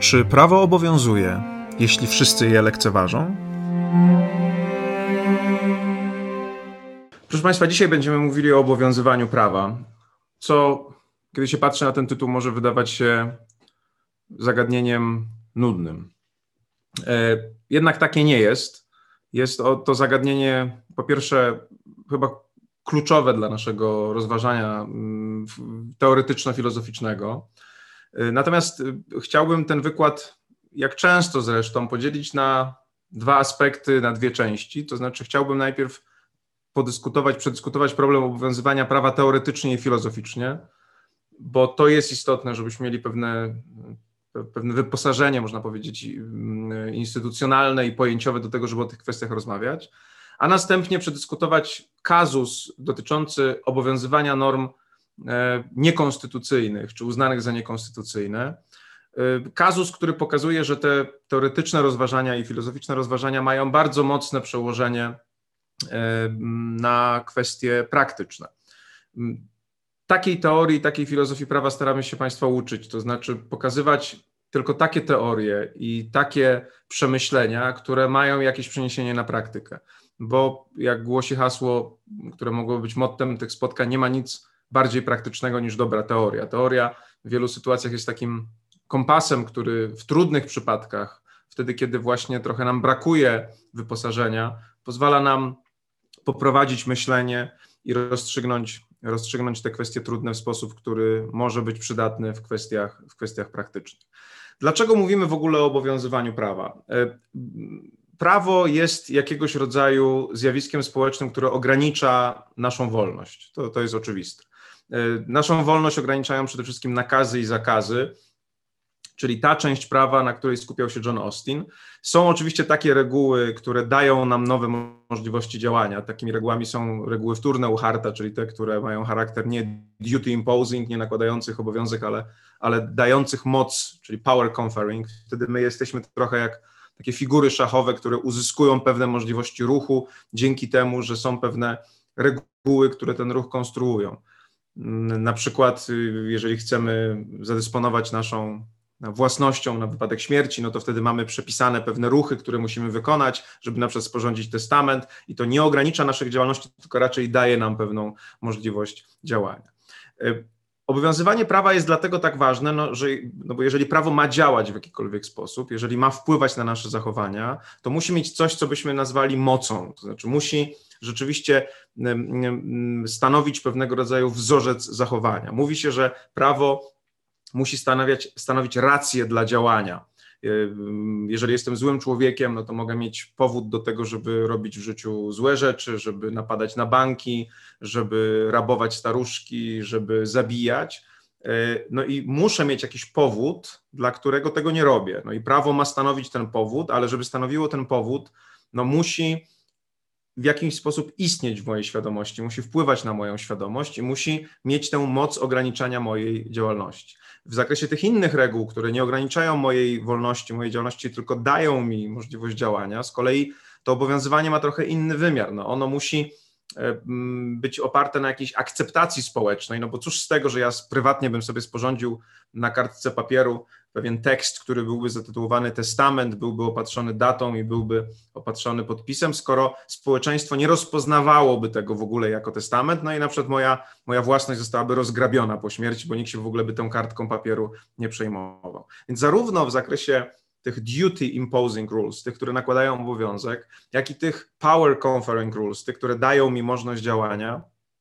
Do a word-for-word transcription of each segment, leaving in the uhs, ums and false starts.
Czy prawo obowiązuje, jeśli wszyscy je lekceważą? Proszę Państwa, dzisiaj będziemy mówili o obowiązywaniu prawa, co, kiedy się patrzy na ten tytuł, może wydawać się zagadnieniem nudnym. Jednak takie nie jest. Jest to zagadnienie, po pierwsze, chyba kluczowe dla naszego rozważania teoretyczno-filozoficznego. Natomiast chciałbym ten wykład, jak często zresztą, podzielić na dwa aspekty, na dwie części. To znaczy chciałbym najpierw podyskutować, przedyskutować problem obowiązywania prawa teoretycznie i filozoficznie, bo to jest istotne, żebyśmy mieli pewne, pewne wyposażenie, można powiedzieć, instytucjonalne i pojęciowe do tego, żeby o tych kwestiach rozmawiać, a następnie przedyskutować kazus dotyczący obowiązywania norm niekonstytucyjnych, czy uznanych za niekonstytucyjne. Kazus, który pokazuje, że te teoretyczne rozważania i filozoficzne rozważania mają bardzo mocne przełożenie na kwestie praktyczne. Takiej teorii, takiej filozofii prawa staramy się Państwa uczyć, to znaczy pokazywać tylko takie teorie i takie przemyślenia, które mają jakieś przeniesienie na praktykę. Bo jak głosi hasło, które mogło być mottem tych spotkań, nie ma nic bardziej praktycznego niż dobra teoria. Teoria w wielu sytuacjach jest takim kompasem, który w trudnych przypadkach, wtedy kiedy właśnie trochę nam brakuje wyposażenia, pozwala nam poprowadzić myślenie i rozstrzygnąć, rozstrzygnąć te kwestie trudne w sposób, który może być przydatny w kwestiach, w kwestiach praktycznych. Dlaczego mówimy w ogóle o obowiązywaniu prawa? Prawo jest jakiegoś rodzaju zjawiskiem społecznym, które ogranicza naszą wolność. To, to jest oczywiste. Naszą wolność ograniczają przede wszystkim nakazy i zakazy, czyli ta część prawa, na której skupiał się John Austin. Są oczywiście takie reguły, które dają nam nowe możliwości działania. Takimi regułami są reguły wtórne u Harta, czyli te, które mają charakter nie duty imposing, nie nakładających obowiązek, ale, ale dających moc, czyli power conferring. Wtedy my jesteśmy trochę jak takie figury szachowe, które uzyskują pewne możliwości ruchu dzięki temu, że są pewne reguły, które ten ruch konstruują. Na przykład, jeżeli chcemy zadysponować naszą własnością na wypadek śmierci, no to wtedy mamy przepisane pewne ruchy, które musimy wykonać, żeby na przykład sporządzić testament i to nie ogranicza naszych działalności, tylko raczej daje nam pewną możliwość działania. Obowiązywanie prawa jest dlatego tak ważne, no, że, no bo jeżeli prawo ma działać w jakikolwiek sposób, jeżeli ma wpływać na nasze zachowania, to musi mieć coś, co byśmy nazwali mocą, to znaczy musi rzeczywiście stanowić pewnego rodzaju wzorzec zachowania. Mówi się, że prawo musi stanowić, stanowić rację dla działania. Jeżeli jestem złym człowiekiem, no to mogę mieć powód do tego, żeby robić w życiu złe rzeczy, żeby napadać na banki, żeby rabować staruszki, żeby zabijać. No i muszę mieć jakiś powód, dla którego tego nie robię. No i prawo ma stanowić ten powód, ale żeby stanowiło ten powód, no musi w jakiś sposób istnieć w mojej świadomości, musi wpływać na moją świadomość i musi mieć tę moc ograniczania mojej działalności. W zakresie tych innych reguł, które nie ograniczają mojej wolności, mojej działalności, tylko dają mi możliwość działania, z kolei to obowiązywanie ma trochę inny wymiar. No, ono musi być oparte na jakiejś akceptacji społecznej, no bo cóż z tego, że ja prywatnie bym sobie sporządził na kartce papieru pewien tekst, który byłby zatytułowany testament, byłby opatrzony datą i byłby opatrzony podpisem, skoro społeczeństwo nie rozpoznawałoby tego w ogóle jako testament, no i na przykład moja, moja własność zostałaby rozgrabiona po śmierci, bo nikt się w ogóle by tą kartką papieru nie przejmował. Więc zarówno w zakresie tych duty imposing rules, tych, które nakładają obowiązek, jak i tych power conferring rules, tych, które dają mi możliwość działania,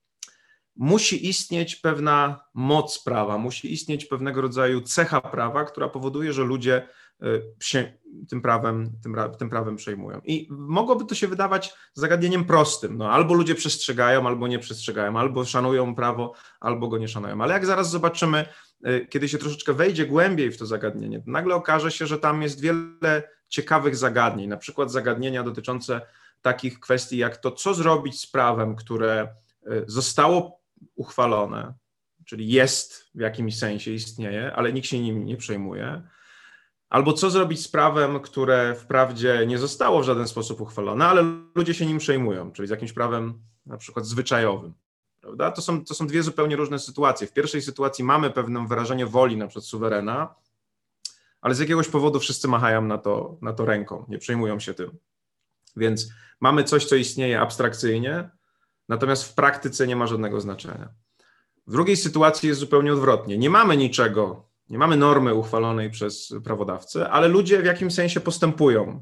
musi istnieć pewna moc prawa, musi istnieć pewnego rodzaju cecha prawa, która powoduje, że ludzie się tym prawem, tym, tym prawem przejmują. I mogłoby to się wydawać zagadnieniem prostym. No, albo ludzie przestrzegają, albo nie przestrzegają, albo szanują prawo, albo go nie szanują. Ale jak zaraz zobaczymy, kiedy się troszeczkę wejdzie głębiej w to zagadnienie, to nagle okaże się, że tam jest wiele ciekawych zagadnień, na przykład zagadnienia dotyczące takich kwestii jak to, co zrobić z prawem, które zostało uchwalone, czyli jest w jakimś sensie, istnieje, ale nikt się nim nie przejmuje, albo co zrobić z prawem, które wprawdzie nie zostało w żaden sposób uchwalone, ale ludzie się nim przejmują, czyli z jakimś prawem na przykład zwyczajowym. Prawda? To są, to są dwie zupełnie różne sytuacje. W pierwszej sytuacji mamy pewne wyrażenie woli na przykład suwerena, ale z jakiegoś powodu wszyscy machają na to, na to ręką, nie przejmują się tym. Więc mamy coś, co istnieje abstrakcyjnie, natomiast w praktyce nie ma żadnego znaczenia. W drugiej sytuacji jest zupełnie odwrotnie. Nie mamy niczego, nie mamy normy uchwalonej przez prawodawcę, ale ludzie w jakimś sensie postępują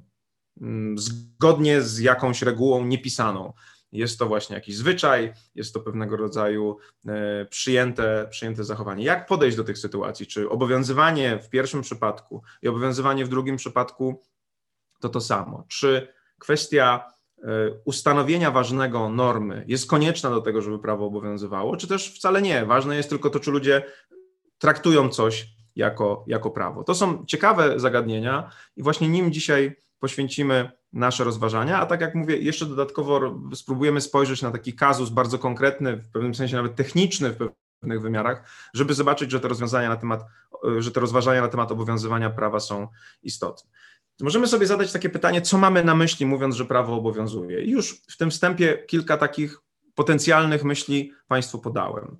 zgodnie z jakąś regułą niepisaną. Jest to właśnie jakiś zwyczaj, jest to pewnego rodzaju przyjęte, przyjęte zachowanie. Jak podejść do tych sytuacji? Czy obowiązywanie w pierwszym przypadku i obowiązywanie w drugim przypadku to to samo? Czy kwestia ustanowienia ważnego normy jest konieczna do tego, żeby prawo obowiązywało, czy też wcale nie? Ważne jest tylko to, czy ludzie traktują coś jako, jako prawo. To są ciekawe zagadnienia i właśnie nim dzisiaj poświęcimy nasze rozważania, a tak jak mówię, jeszcze dodatkowo spróbujemy spojrzeć na taki kazus bardzo konkretny, w pewnym sensie nawet techniczny w pewnych wymiarach, żeby zobaczyć, że te rozwiązania na temat, że te rozważania na temat obowiązywania prawa są istotne. Możemy sobie zadać takie pytanie, co mamy na myśli, mówiąc, że prawo obowiązuje. I już w tym wstępie kilka takich potencjalnych myśli Państwu podałem.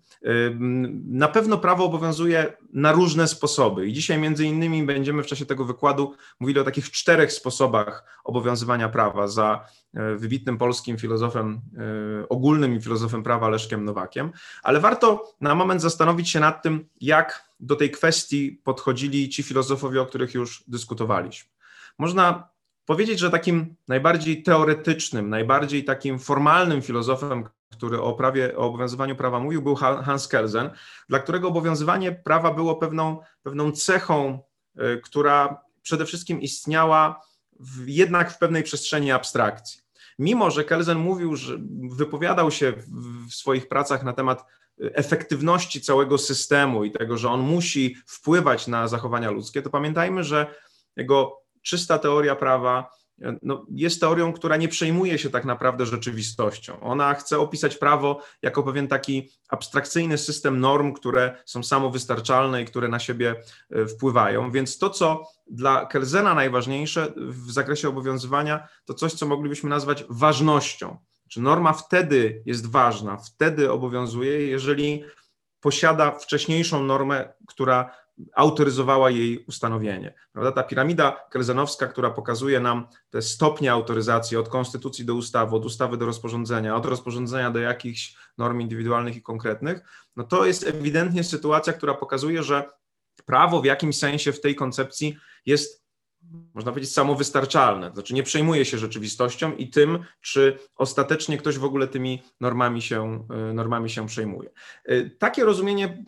Na pewno prawo obowiązuje na różne sposoby i dzisiaj między innymi będziemy w czasie tego wykładu mówili o takich czterech sposobach obowiązywania prawa za wybitnym polskim filozofem, ogólnym filozofem prawa Leszkiem Nowakiem, ale warto na moment zastanowić się nad tym, jak do tej kwestii podchodzili ci filozofowie, o których już dyskutowaliśmy. Można powiedzieć, że takim najbardziej teoretycznym, najbardziej takim formalnym filozofem, który o, prawie, o obowiązywaniu prawa mówił, był Hans Kelsen, dla którego obowiązywanie prawa było pewną, pewną cechą, y, która przede wszystkim istniała w, jednak w pewnej przestrzeni abstrakcji. Mimo że Kelsen mówił, że wypowiadał się w, w swoich pracach na temat efektywności całego systemu i tego, że on musi wpływać na zachowania ludzkie, to pamiętajmy, że jego czysta teoria prawa no, jest teorią, która nie przejmuje się tak naprawdę rzeczywistością. Ona chce opisać prawo jako pewien taki abstrakcyjny system norm, które są samowystarczalne i które na siebie wpływają. Więc to, co dla Kelsena najważniejsze w zakresie obowiązywania, to coś, co moglibyśmy nazwać ważnością. Czy norma wtedy jest ważna, wtedy obowiązuje, jeżeli posiada wcześniejszą normę, która autoryzowała jej ustanowienie. Prawda? Ta piramida kelsenowska, która pokazuje nam te stopnie autoryzacji od konstytucji do ustawy, od ustawy do rozporządzenia, od rozporządzenia do jakichś norm indywidualnych i konkretnych, no to jest ewidentnie sytuacja, która pokazuje, że prawo w jakimś sensie w tej koncepcji jest, można powiedzieć, samowystarczalne, to znaczy nie przejmuje się rzeczywistością i tym, czy ostatecznie ktoś w ogóle tymi normami się, normami się przejmuje. Takie rozumienie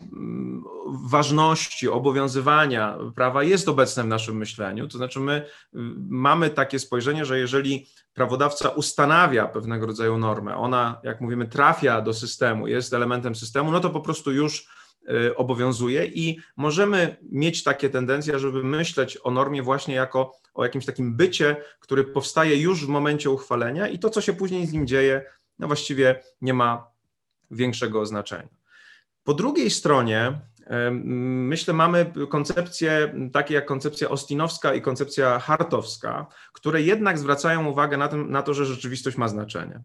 ważności, obowiązywania prawa jest obecne w naszym myśleniu, to znaczy my mamy takie spojrzenie, że jeżeli prawodawca ustanawia pewnego rodzaju normę, ona, jak mówimy, trafia do systemu, jest elementem systemu, no to po prostu już obowiązuje i możemy mieć takie tendencje, żeby myśleć o normie właśnie jako o jakimś takim bycie, który powstaje już w momencie uchwalenia i to, co się później z nim dzieje, no właściwie nie ma większego znaczenia. Po drugiej stronie, myślę, mamy koncepcje takie jak koncepcja austinowska i koncepcja hartowska, które jednak zwracają uwagę na, tym, na to, że rzeczywistość ma znaczenie.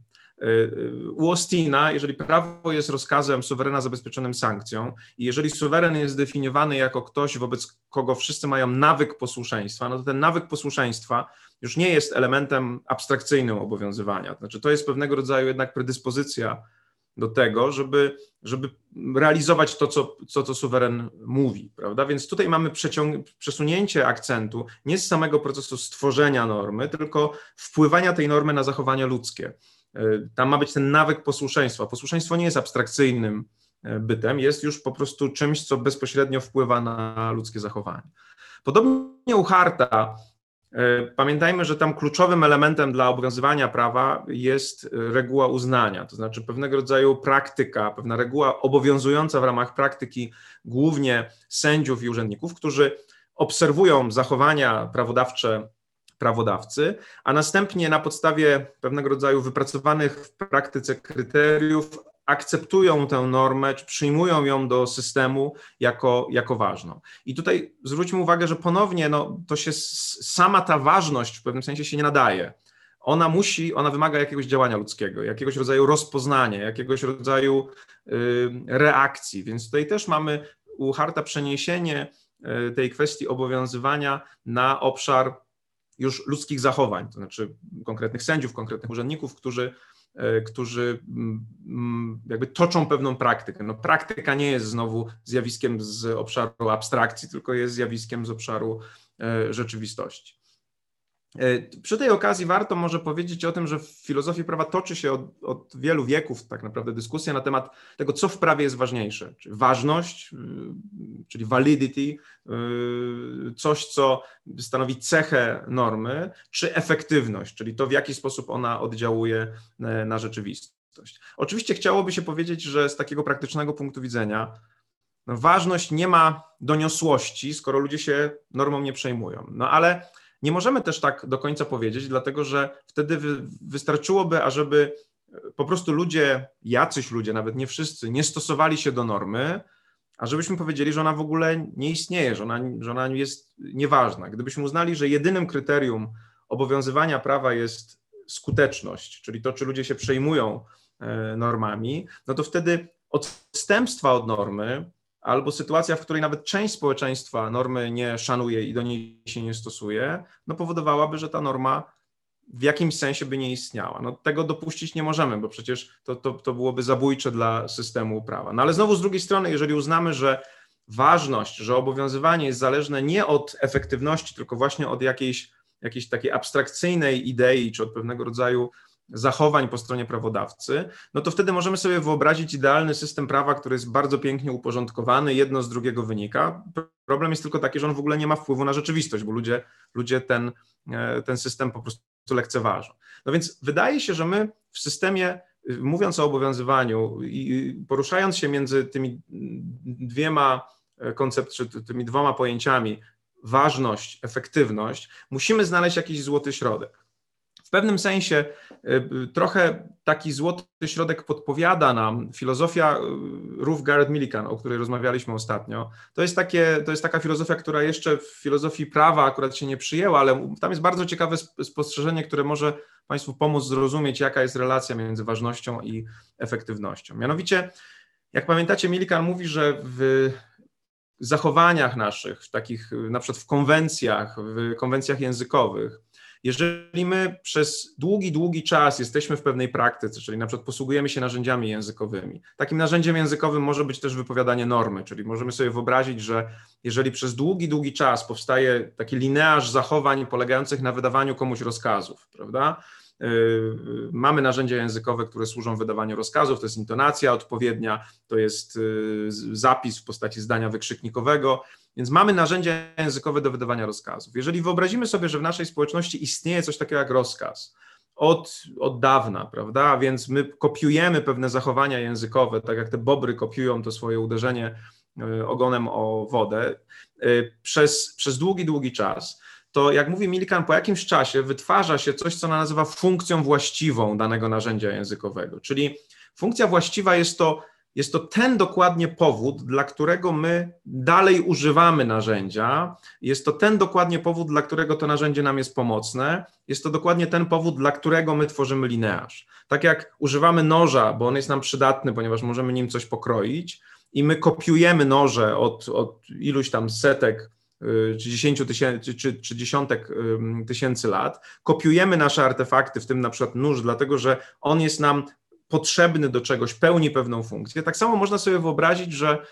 U Austina, jeżeli prawo jest rozkazem suwerena zabezpieczonym sankcją i jeżeli suweren jest zdefiniowany jako ktoś, wobec kogo wszyscy mają nawyk posłuszeństwa, no to ten nawyk posłuszeństwa już nie jest elementem abstrakcyjnym obowiązywania. Znaczy to jest pewnego rodzaju jednak predyspozycja do tego, żeby, żeby realizować to, co, co, co suweren mówi, prawda? Więc tutaj mamy przeciąg- przesunięcie akcentu nie z samego procesu stworzenia normy, tylko wpływania tej normy na zachowania ludzkie. Tam ma być ten nawyk posłuszeństwa. Posłuszeństwo nie jest abstrakcyjnym bytem, jest już po prostu czymś, co bezpośrednio wpływa na ludzkie zachowanie. Podobnie u Harta, pamiętajmy, że tam kluczowym elementem dla obowiązywania prawa jest reguła uznania, to znaczy pewnego rodzaju praktyka, pewna reguła obowiązująca w ramach praktyki głównie sędziów i urzędników, którzy obserwują zachowania prawodawcze prawodawcy, a następnie na podstawie pewnego rodzaju wypracowanych w praktyce kryteriów akceptują tę normę, czy przyjmują ją do systemu jako, jako ważną. I tutaj zwróćmy uwagę, że ponownie no, to się sama ta ważność w pewnym sensie się nie nadaje. Ona musi, ona wymaga jakiegoś działania ludzkiego, jakiegoś rodzaju rozpoznania, jakiegoś rodzaju y, reakcji, więc tutaj też mamy u Harta przeniesienie tej kwestii obowiązywania na obszar już ludzkich zachowań, to znaczy konkretnych sędziów, konkretnych urzędników, którzy, którzy jakby toczą pewną praktykę. No, praktyka nie jest znowu zjawiskiem z obszaru abstrakcji, tylko jest zjawiskiem z obszaru rzeczywistości. Przy tej okazji warto może powiedzieć o tym, że w filozofii prawa toczy się od, od wielu wieków tak naprawdę dyskusja na temat tego, co w prawie jest ważniejsze. Czyli ważność, czyli validity, coś, co stanowi cechę normy, czy efektywność, czyli to, w jaki sposób ona oddziałuje na rzeczywistość. Oczywiście chciałoby się powiedzieć, że z takiego praktycznego punktu widzenia no, ważność nie ma doniosłości, skoro ludzie się normą nie przejmują. No ale nie możemy też tak do końca powiedzieć, dlatego że wtedy wy, wystarczyłoby, ażeby po prostu ludzie, jacyś ludzie, nawet nie wszyscy, nie stosowali się do normy, a żebyśmy powiedzieli, że ona w ogóle nie istnieje, że ona, że ona jest nieważna. Gdybyśmy uznali, że jedynym kryterium obowiązywania prawa jest skuteczność, czyli to, czy ludzie się przejmują normami, no to wtedy odstępstwa od normy albo sytuacja, w której nawet część społeczeństwa normy nie szanuje i do niej się nie stosuje, no powodowałaby, że ta norma w jakimś sensie by nie istniała. No tego dopuścić nie możemy, bo przecież to, to, to byłoby zabójcze dla systemu prawa. No ale znowu z drugiej strony, jeżeli uznamy, że ważność, że obowiązywanie jest zależne nie od efektywności, tylko właśnie od jakiejś, jakiejś takiej abstrakcyjnej idei, czy od pewnego rodzaju zachowań po stronie prawodawcy, no to wtedy możemy sobie wyobrazić idealny system prawa, który jest bardzo pięknie uporządkowany, jedno z drugiego wynika. Problem jest tylko taki, że on w ogóle nie ma wpływu na rzeczywistość, bo ludzie, ludzie ten, ten system po prostu lekceważą. No więc wydaje się, że my w systemie, mówiąc o obowiązywaniu i poruszając się między tymi dwiema konceptami, czy tymi dwoma pojęciami, ważność, efektywność, musimy znaleźć jakiś złoty środek. W pewnym sensie trochę taki złoty środek podpowiada nam filozofia Ruth Garrett Millikan, o której rozmawialiśmy ostatnio. To jest, takie, to jest taka filozofia, która jeszcze w filozofii prawa akurat się nie przyjęła, ale tam jest bardzo ciekawe spostrzeżenie, które może Państwu pomóc zrozumieć, jaka jest relacja między ważnością i efektywnością. Mianowicie, jak pamiętacie, Millikan mówi, że w zachowaniach naszych, w takich, na przykład w konwencjach, w konwencjach językowych, jeżeli my przez długi, długi czas jesteśmy w pewnej praktyce, czyli na przykład posługujemy się narzędziami językowymi, takim narzędziem językowym może być też wypowiadanie normy, czyli możemy sobie wyobrazić, że jeżeli przez długi, długi czas powstaje taki linearz zachowań polegających na wydawaniu komuś rozkazów, prawda? Mamy narzędzia językowe, które służą wydawaniu rozkazów, to jest intonacja odpowiednia, to jest zapis w postaci zdania wykrzyknikowego, więc mamy narzędzia językowe do wydawania rozkazów. Jeżeli wyobrazimy sobie, że w naszej społeczności istnieje coś takiego jak rozkaz od, od dawna, prawda, więc my kopiujemy pewne zachowania językowe, tak jak te bobry kopiują to swoje uderzenie ogonem o wodę, przez, przez długi, długi czas, to jak mówi Millikan, po jakimś czasie wytwarza się coś, co ona nazywa funkcją właściwą danego narzędzia językowego. Czyli funkcja właściwa jest to, jest to ten dokładnie powód, dla którego my dalej używamy narzędzia, jest to ten dokładnie powód, dla którego to narzędzie nam jest pomocne, jest to dokładnie ten powód, dla którego my tworzymy linearz. Tak jak używamy noża, bo on jest nam przydatny, ponieważ możemy nim coś pokroić i my kopiujemy noże od, od iluś tam setek, czy dziesięciu tysięcy, czy, czy dziesiątek tysięcy lat, kopiujemy nasze artefakty, w tym na przykład nóż, dlatego że on jest nam potrzebny do czegoś, pełni pewną funkcję. Tak samo można sobie wyobrazić, że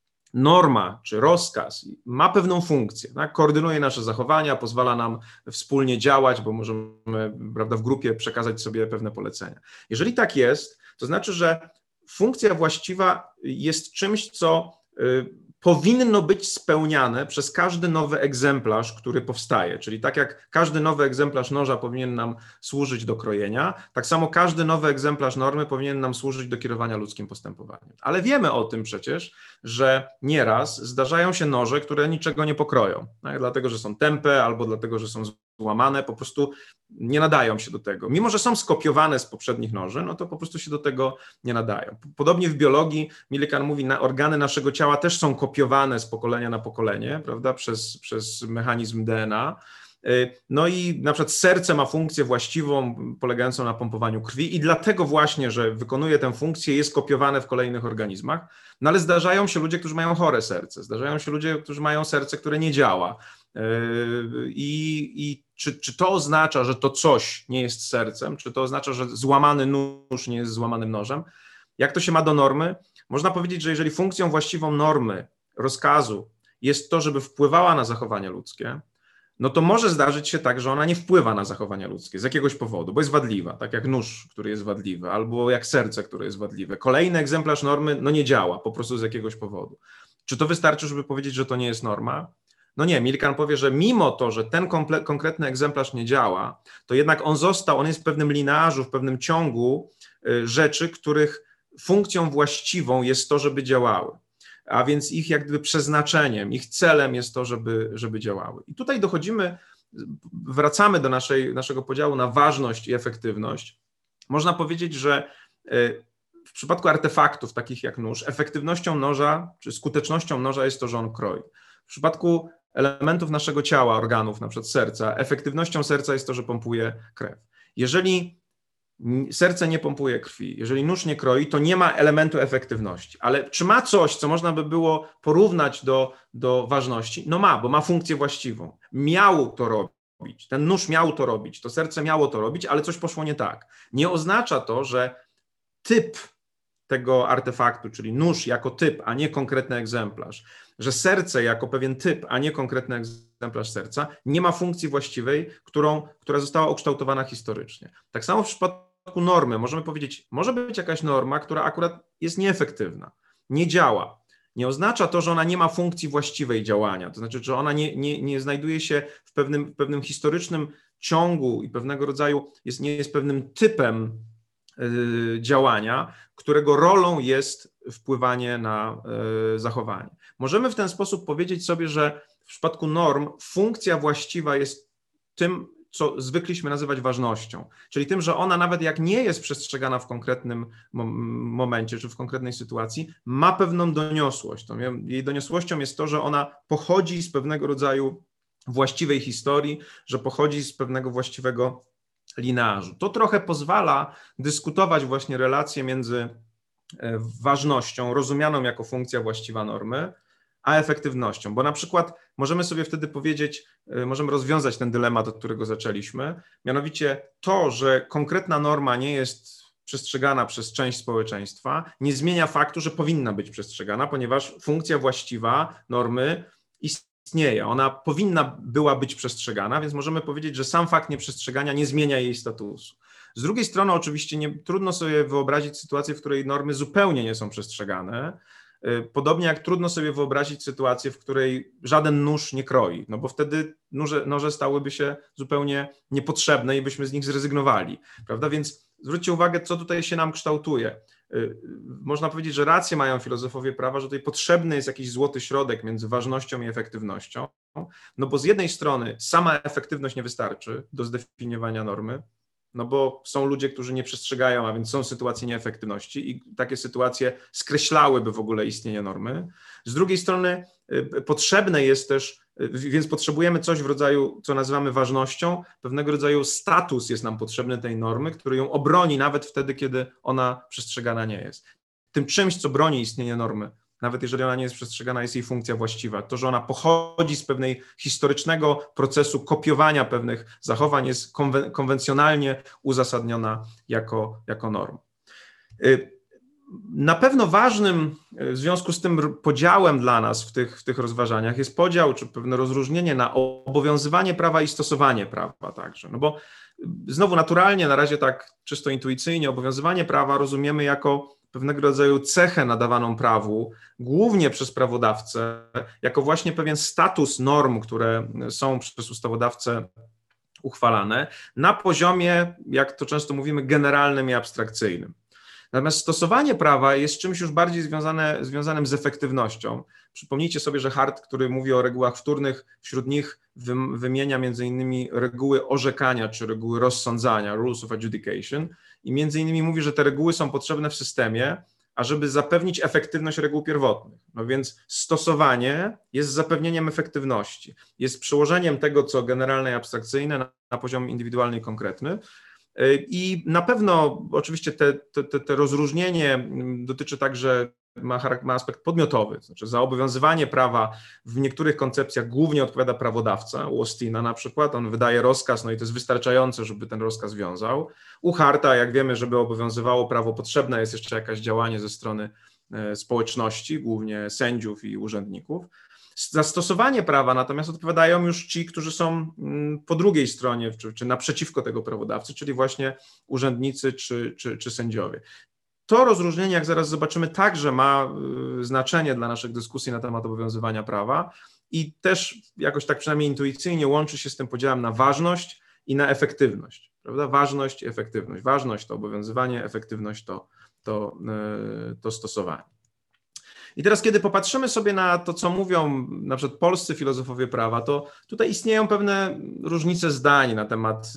norma czy rozkaz ma pewną funkcję, tak? Koordynuje nasze zachowania, pozwala nam wspólnie działać, bo możemy, prawda, w grupie przekazać sobie pewne polecenia. Jeżeli tak jest, to znaczy, że funkcja właściwa jest czymś, co powinno być spełniane przez każdy nowy egzemplarz, który powstaje. Czyli tak jak każdy nowy egzemplarz noża powinien nam służyć do krojenia, tak samo każdy nowy egzemplarz normy powinien nam służyć do kierowania ludzkim postępowaniem. Ale wiemy o tym przecież, że nieraz zdarzają się noże, które niczego nie pokroją, tak? Dlatego że są tępe albo dlatego, że są złamane, po prostu nie nadają się do tego. Mimo że są skopiowane z poprzednich noży, no to po prostu się do tego nie nadają. Podobnie w biologii Millikan mówi, na organy naszego ciała też są kopiowane z pokolenia na pokolenie, prawda, przez, przez mechanizm D N A. No i na przykład serce ma funkcję właściwą, polegającą na pompowaniu krwi i dlatego właśnie, że wykonuje tę funkcję, jest kopiowane w kolejnych organizmach. No ale zdarzają się ludzie, którzy mają chore serce, zdarzają się ludzie, którzy mają serce, które nie działa. I, i czy, czy to oznacza, że to coś nie jest sercem? Czy to oznacza, że złamany nóż nie jest złamanym nożem? Jak to się ma do normy? Można powiedzieć, że jeżeli funkcją właściwą normy, rozkazu jest to, żeby wpływała na zachowanie ludzkie, no to może zdarzyć się tak, że ona nie wpływa na zachowania ludzkie z jakiegoś powodu, bo jest wadliwa, tak jak nóż, który jest wadliwy, albo jak serce, które jest wadliwe. Kolejny egzemplarz normy no nie działa po prostu z jakiegoś powodu. Czy to wystarczy, żeby powiedzieć, że to nie jest norma? No nie, Milgram powie, że mimo to, że ten konkretny egzemplarz nie działa, to jednak on został, on jest w pewnym linearzu, w pewnym ciągu rzeczy, których funkcją właściwą jest to, żeby działały. A więc ich jak gdyby przeznaczeniem, ich celem jest to, żeby, żeby działały. I tutaj dochodzimy, wracamy do naszej, naszego podziału na ważność i efektywność. Można powiedzieć, że w przypadku artefaktów takich jak nóż, efektywnością noża czy skutecznością noża jest to, że on kroi. W przypadku elementów naszego ciała, organów, na przykład serca, efektywnością serca jest to, że pompuje krew. Jeżeli serce nie pompuje krwi, jeżeli nóż nie kroi, to nie ma elementu efektywności. Ale czy ma coś, co można by było porównać do, do ważności? No ma, bo ma funkcję właściwą. Miał to robić, ten nóż miał to robić, to serce miało to robić, ale coś poszło nie tak. Nie oznacza to, że typ tego artefaktu, czyli nóż jako typ, a nie konkretny egzemplarz, że serce jako pewien typ, a nie konkretny egzemplarz serca, nie ma funkcji właściwej, którą, która została ukształtowana historycznie. Tak samo w przypadku normy możemy powiedzieć, może być jakaś norma, która akurat jest nieefektywna, nie działa. Nie oznacza to, że ona nie ma funkcji właściwej działania, to znaczy, że ona nie, nie, nie znajduje się w pewnym, w pewnym historycznym ciągu i pewnego rodzaju jest, nie jest pewnym typem działania, którego rolą jest wpływanie na zachowanie. Możemy w ten sposób powiedzieć sobie, że w przypadku norm funkcja właściwa jest tym, co zwykliśmy nazywać ważnością, czyli tym, że ona nawet jak nie jest przestrzegana w konkretnym momencie czy w konkretnej sytuacji, ma pewną doniosłość. Jej doniosłością jest to, że ona pochodzi z pewnego rodzaju właściwej historii, że pochodzi z pewnego właściwego linearzu. To trochę pozwala dyskutować właśnie relacje między ważnością, rozumianą jako funkcja właściwa normy, a efektywnością, bo na przykład możemy sobie wtedy powiedzieć, możemy rozwiązać ten dylemat, od którego zaczęliśmy, mianowicie to, że konkretna norma nie jest przestrzegana przez część społeczeństwa, nie zmienia faktu, że powinna być przestrzegana, ponieważ funkcja właściwa normy istnieje, ona powinna była być przestrzegana, więc możemy powiedzieć, że sam fakt nieprzestrzegania nie zmienia jej statusu. Z drugiej strony oczywiście nie, trudno sobie wyobrazić sytuację, w której normy zupełnie nie są przestrzegane, podobnie jak trudno sobie wyobrazić sytuację, w której żaden nóż nie kroi, no bo wtedy noże, noże stałyby się zupełnie niepotrzebne i byśmy z nich zrezygnowali, prawda? Więc zwróćcie uwagę, co tutaj się nam kształtuje. Można powiedzieć, że rację mają filozofowie prawa, że tutaj potrzebny jest jakiś złoty środek między ważnością i efektywnością, no bo z jednej strony sama efektywność nie wystarczy do zdefiniowania normy, no bo są ludzie, którzy nie przestrzegają, a więc są sytuacje nieefektywności i takie sytuacje skreślałyby w ogóle istnienie normy. Z drugiej strony potrzebne jest też, więc potrzebujemy coś w rodzaju, co nazywamy ważnością, pewnego rodzaju status jest nam potrzebny tej normy, który ją obroni nawet wtedy, kiedy ona przestrzegana nie jest. Tym czymś, co broni istnienie normy, nawet jeżeli ona nie jest przestrzegana, jest jej funkcja właściwa. To, że ona pochodzi z pewnej historycznego procesu kopiowania pewnych zachowań, jest konwen- konwencjonalnie uzasadniona jako, jako norma. Na pewno ważnym w związku z tym podziałem dla nas w tych, w tych rozważaniach jest podział, czy pewne rozróżnienie na obowiązywanie prawa i stosowanie prawa także. No bo znowu naturalnie, na razie tak czysto intuicyjnie, obowiązywanie prawa rozumiemy jako pewnego rodzaju cechę nadawaną prawu, głównie przez prawodawcę, jako właśnie pewien status norm, które są przez ustawodawcę uchwalane, na poziomie, jak to często mówimy, generalnym i abstrakcyjnym. Natomiast stosowanie prawa jest czymś już bardziej związane, związanym z efektywnością. Przypomnijcie sobie, że Hart, który mówi o regułach wtórnych, wśród nich wymienia między innymi reguły orzekania czy reguły rozsądzania, rules of adjudication, i między innymi mówi, że te reguły są potrzebne w systemie, ażeby zapewnić efektywność reguł pierwotnych. No więc stosowanie jest zapewnieniem efektywności, jest przełożeniem tego, co generalne i abstrakcyjne na, na poziom indywidualny i konkretny. I na pewno oczywiście te, te, te rozróżnienie dotyczy także, ma, ma aspekt podmiotowy, to znaczy za obowiązywanie prawa w niektórych koncepcjach głównie odpowiada prawodawca, u Austina na przykład, on wydaje rozkaz, no i to jest wystarczające, żeby ten rozkaz wiązał. U Harta, jak wiemy, żeby obowiązywało prawo, potrzebne jest jeszcze jakieś działanie ze strony społeczności, głównie sędziów i urzędników. Za stosowanie prawa natomiast odpowiadają już ci, którzy są po drugiej stronie, czy, czy naprzeciwko tego prawodawcy, czyli właśnie urzędnicy czy, czy, czy sędziowie. To rozróżnienie, jak zaraz zobaczymy, także ma znaczenie dla naszych dyskusji na temat obowiązywania prawa i też jakoś tak przynajmniej intuicyjnie łączy się z tym podziałem na ważność i na efektywność, prawda? Ważność i efektywność. Ważność to obowiązywanie, efektywność to, to, to stosowanie. I teraz, kiedy popatrzymy sobie na to, co mówią na przykład polscy filozofowie prawa, to tutaj istnieją pewne różnice zdań na temat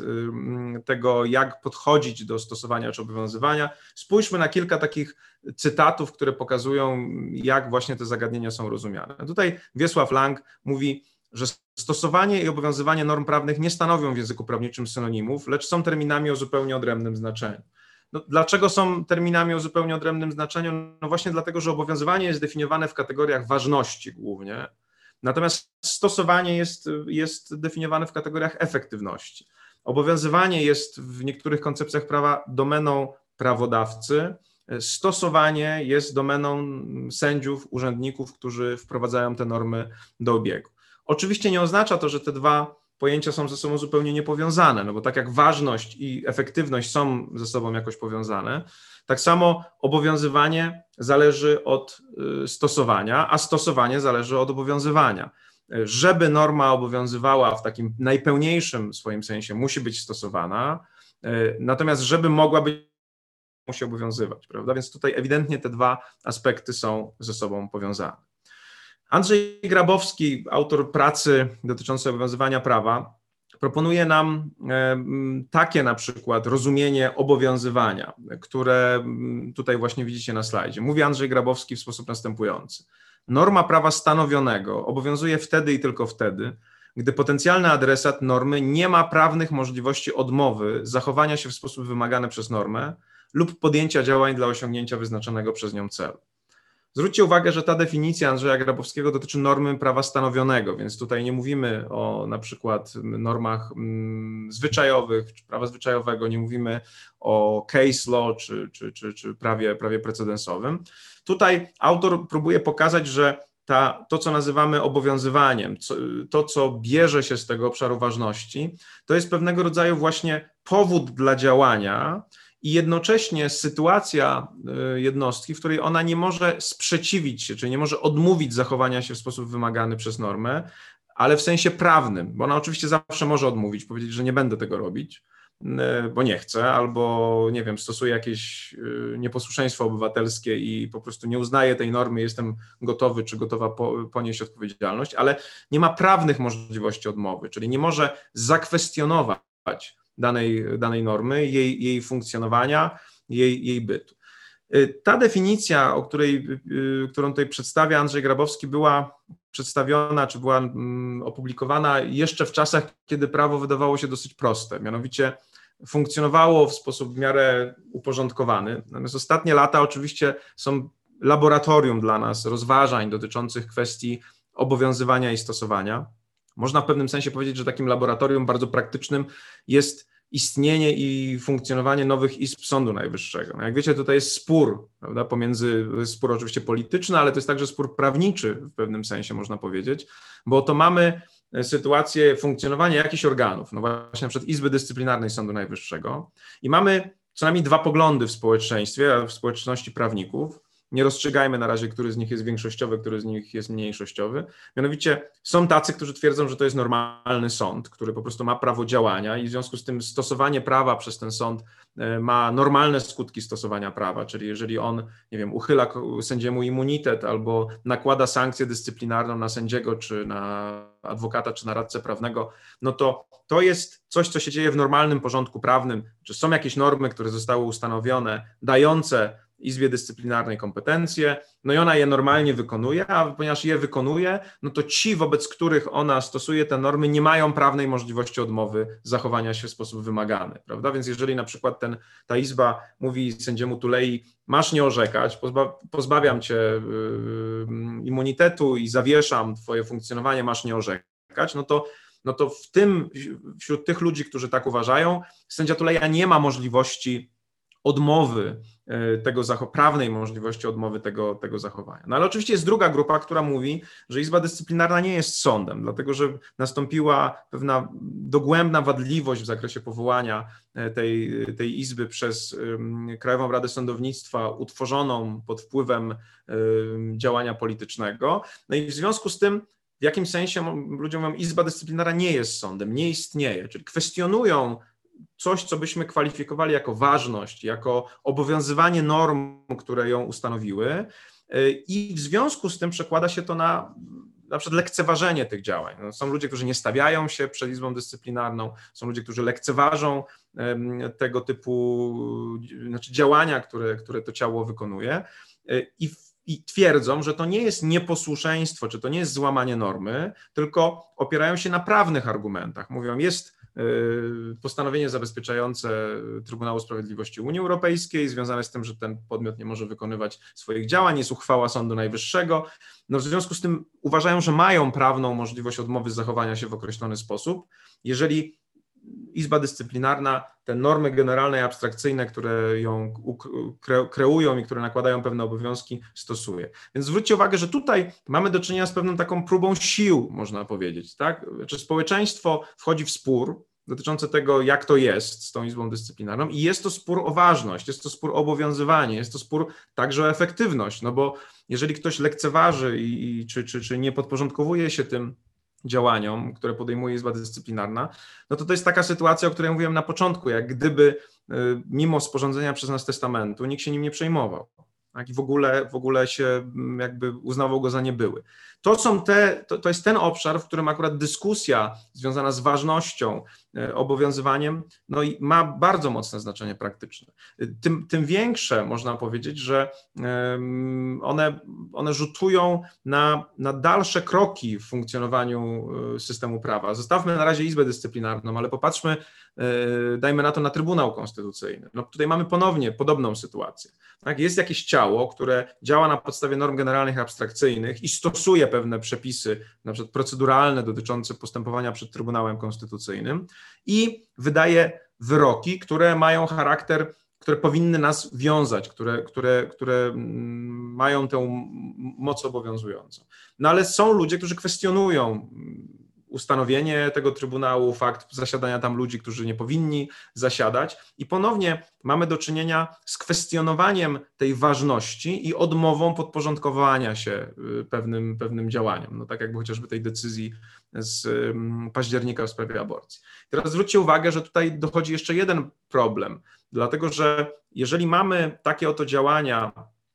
tego, jak podchodzić do stosowania czy obowiązywania. Spójrzmy na kilka takich cytatów, które pokazują, jak właśnie te zagadnienia są rozumiane. Tutaj Wiesław Lang mówi, że stosowanie i obowiązywanie norm prawnych nie stanowią w języku prawniczym synonimów, lecz są terminami o zupełnie odrębnym znaczeniu. No, dlaczego są terminami o zupełnie odrębnym znaczeniu? No właśnie dlatego, że obowiązywanie jest definiowane w kategoriach ważności głównie, natomiast stosowanie jest, jest definiowane w kategoriach efektywności. Obowiązywanie jest w niektórych koncepcjach prawa domeną prawodawcy, stosowanie jest domeną sędziów, urzędników, którzy wprowadzają te normy do obiegu. Oczywiście nie oznacza to, że te dwa pojęcia są ze sobą zupełnie niepowiązane, no bo tak jak ważność i efektywność są ze sobą jakoś powiązane, tak samo obowiązywanie zależy od stosowania, a stosowanie zależy od obowiązywania. Żeby norma obowiązywała w takim najpełniejszym swoim sensie, musi być stosowana, natomiast żeby mogła być, musi obowiązywać, prawda? Więc tutaj ewidentnie te dwa aspekty są ze sobą powiązane. Andrzej Grabowski, autor pracy dotyczącej obowiązywania prawa, proponuje nam takie na przykład rozumienie obowiązywania, które tutaj właśnie widzicie na slajdzie. Mówi Andrzej Grabowski w sposób następujący. Norma prawa stanowionego obowiązuje wtedy i tylko wtedy, gdy potencjalny adresat normy nie ma prawnych możliwości odmowy, zachowania się w sposób wymagany przez normę lub podjęcia działań dla osiągnięcia wyznaczonego przez nią celu. Zwróćcie uwagę, że ta definicja Andrzeja Grabowskiego dotyczy normy prawa stanowionego, więc tutaj nie mówimy o na przykład normach mm, zwyczajowych, czy prawa zwyczajowego, nie mówimy o case law, czy, czy, czy, czy prawie, prawie precedensowym. Tutaj autor próbuje pokazać, że ta, to, co nazywamy obowiązywaniem, co, to, co bierze się z tego obszaru ważności, to jest pewnego rodzaju właśnie powód dla działania, i jednocześnie sytuacja jednostki, w której ona nie może sprzeciwić się, czyli nie może odmówić zachowania się w sposób wymagany przez normę, ale w sensie prawnym, bo ona oczywiście zawsze może odmówić, powiedzieć, że nie będę tego robić, bo nie chcę, albo nie wiem, stosuje jakieś nieposłuszeństwo obywatelskie i po prostu nie uznaje tej normy, jestem gotowy czy gotowa ponieść odpowiedzialność, ale nie ma prawnych możliwości odmowy, czyli nie może zakwestionować danej, danej normy, jej, jej funkcjonowania, jej, jej bytu. Ta definicja, o której, którą tutaj przedstawia Andrzej Grabowski, była przedstawiona, czy była opublikowana jeszcze w czasach, kiedy prawo wydawało się dosyć proste, mianowicie funkcjonowało w sposób w miarę uporządkowany. Natomiast ostatnie lata oczywiście są laboratorium dla nas rozważań dotyczących kwestii obowiązywania i stosowania. Można w pewnym sensie powiedzieć, że takim laboratorium bardzo praktycznym jest istnienie i funkcjonowanie nowych izb Sądu Najwyższego. No jak wiecie, tutaj jest spór, prawda, pomiędzy, spór oczywiście polityczny, ale to jest także spór prawniczy w pewnym sensie, można powiedzieć, bo to mamy sytuację funkcjonowania jakichś organów, no właśnie na przykład Izby Dyscyplinarnej Sądu Najwyższego i mamy co najmniej dwa poglądy w społeczeństwie, w społeczności prawników. Nie rozstrzygajmy na razie, który z nich jest większościowy, który z nich jest mniejszościowy. Mianowicie są tacy, którzy twierdzą, że to jest normalny sąd, który po prostu ma prawo działania i w związku z tym stosowanie prawa przez ten sąd ma normalne skutki stosowania prawa, czyli jeżeli on, nie wiem, uchyla sędziemu immunitet albo nakłada sankcję dyscyplinarną na sędziego, czy na adwokata, czy na radcę prawnego, no to to jest coś, co się dzieje w normalnym porządku prawnym, czy są jakieś normy, które zostały ustanowione, dające Izbie Dyscyplinarnej kompetencje, no i ona je normalnie wykonuje, a ponieważ je wykonuje, no to ci, wobec których ona stosuje te normy, nie mają prawnej możliwości odmowy zachowania się w sposób wymagany, prawda? Więc jeżeli na przykład ten, ta Izba mówi sędziemu Tulei, masz nie orzekać, pozba, pozbawiam cię yy, immunitetu i zawieszam twoje funkcjonowanie, masz nie orzekać, no to no to w tym, wśród tych ludzi, którzy tak uważają, sędzia Tuleja nie ma możliwości odmowy tego, prawnej możliwości odmowy tego, tego zachowania. No ale oczywiście jest druga grupa, która mówi, że Izba Dyscyplinarna nie jest sądem, dlatego że nastąpiła pewna dogłębna wadliwość w zakresie powołania tej, tej Izby przez Krajową Radę Sądownictwa utworzoną pod wpływem działania politycznego. No i w związku z tym w jakimś sensie ludziom mówią, Izba Dyscyplinarna nie jest sądem, nie istnieje, czyli kwestionują coś, co byśmy kwalifikowali jako ważność, jako obowiązywanie norm, które ją ustanowiły, i w związku z tym przekłada się to na na przykład lekceważenie tych działań. No, są ludzie, którzy nie stawiają się przed Izbą Dyscyplinarną, są ludzie, którzy lekceważą tego typu znaczy działania, które, które to ciało wykonuje i I twierdzą, że to nie jest nieposłuszeństwo, czy to nie jest złamanie normy, tylko opierają się na prawnych argumentach. Mówią, jest postanowienie zabezpieczające Trybunału Sprawiedliwości Unii Europejskiej, związane z tym, że ten podmiot nie może wykonywać swoich działań, jest uchwała Sądu Najwyższego. No w związku z tym uważają, że mają prawną możliwość odmowy zachowania się w określony sposób, jeżeli Izba Dyscyplinarna te normy generalne i abstrakcyjne, które ją kreują i które nakładają pewne obowiązki, stosuje. Więc zwróćcie uwagę, że tutaj mamy do czynienia z pewną taką próbą sił, można powiedzieć, tak? Czy społeczeństwo wchodzi w spór dotyczący tego, jak to jest z tą Izbą Dyscyplinarną i jest to spór o ważność, jest to spór o obowiązywanie, jest to spór także o efektywność, no bo jeżeli ktoś lekceważy i, i czy, czy, czy nie podporządkowuje się tym działaniom, które podejmuje Izba Dyscyplinarna, no to to jest taka sytuacja, o której mówiłem na początku, jak gdyby mimo sporządzenia przez nas testamentu nikt się nim nie przejmował, tak? I w ogóle, w ogóle się jakby uznawał go za niebyły. To są te, to, to jest ten obszar, w którym akurat dyskusja związana z ważnością, obowiązywaniem, no i ma bardzo mocne znaczenie praktyczne. Tym, tym większe można powiedzieć, że one, one rzutują na, na dalsze kroki w funkcjonowaniu systemu prawa. Zostawmy na razie Izbę Dyscyplinarną, ale popatrzmy, dajmy na to na Trybunał Konstytucyjny. No tutaj mamy ponownie podobną sytuację. Tak? Jest jakieś ciało, które działa na podstawie norm generalnych abstrakcyjnych i stosuje pewne przepisy, na przykład proceduralne dotyczące postępowania przed Trybunałem Konstytucyjnym i wydaje wyroki, które mają charakter, które powinny nas wiązać, które, które, które mają tę moc obowiązującą. No ale są ludzie, którzy kwestionują ustanowienie tego Trybunału, fakt zasiadania tam ludzi, którzy nie powinni zasiadać i ponownie mamy do czynienia z kwestionowaniem tej ważności i odmową podporządkowania się pewnym, pewnym działaniom, no tak jakby chociażby tej decyzji z października w sprawie aborcji. Teraz zwróćcie uwagę, że tutaj dochodzi jeszcze jeden problem, dlatego że jeżeli mamy takie oto działania,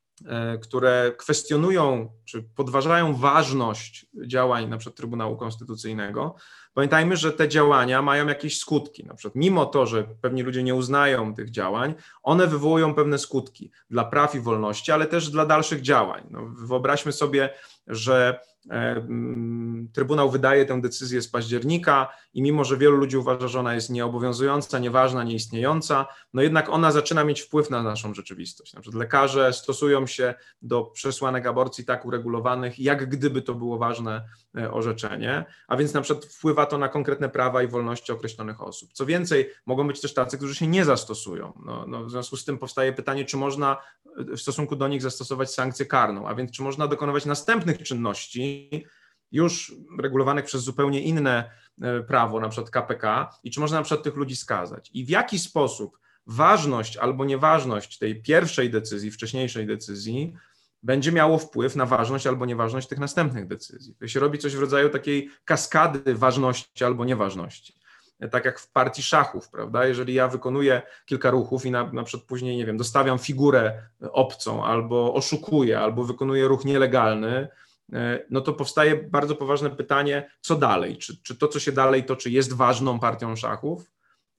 które kwestionują czy podważają ważność działań na przykład Trybunału Konstytucyjnego, pamiętajmy, że te działania mają jakieś skutki. Na przykład mimo to, że pewni ludzie nie uznają tych działań, one wywołują pewne skutki dla praw i wolności, ale też dla dalszych działań. No, wyobraźmy sobie, że Trybunał wydaje tę decyzję z października i mimo, że wielu ludzi uważa, że ona jest nieobowiązująca, nieważna, nieistniejąca, no jednak ona zaczyna mieć wpływ na naszą rzeczywistość. Na przykład lekarze stosują się do przesłanek aborcji tak uregulowanych, jak gdyby to było ważne orzeczenie, a więc na przykład wpływa to na konkretne prawa i wolności określonych osób. Co więcej, mogą być też tacy, którzy się nie zastosują. No, no w związku z tym powstaje pytanie, czy można w stosunku do nich zastosować sankcję karną, a więc czy można dokonywać następnych czynności, już regulowanych przez zupełnie inne prawo, na przykład K P K, i czy można na przykład tych ludzi skazać. I w jaki sposób ważność albo nieważność tej pierwszej decyzji, wcześniejszej decyzji będzie miało wpływ na ważność albo nieważność tych następnych decyzji. To się robi coś w rodzaju takiej kaskady ważności albo nieważności. Tak jak w partii szachów, prawda? Jeżeli ja wykonuję kilka ruchów i na, na przykład później, nie wiem, dostawiam figurę obcą, albo oszukuję, albo wykonuję ruch nielegalny, no to powstaje bardzo poważne pytanie, co dalej? Czy, czy to, co się dalej toczy, jest ważną partią szachów?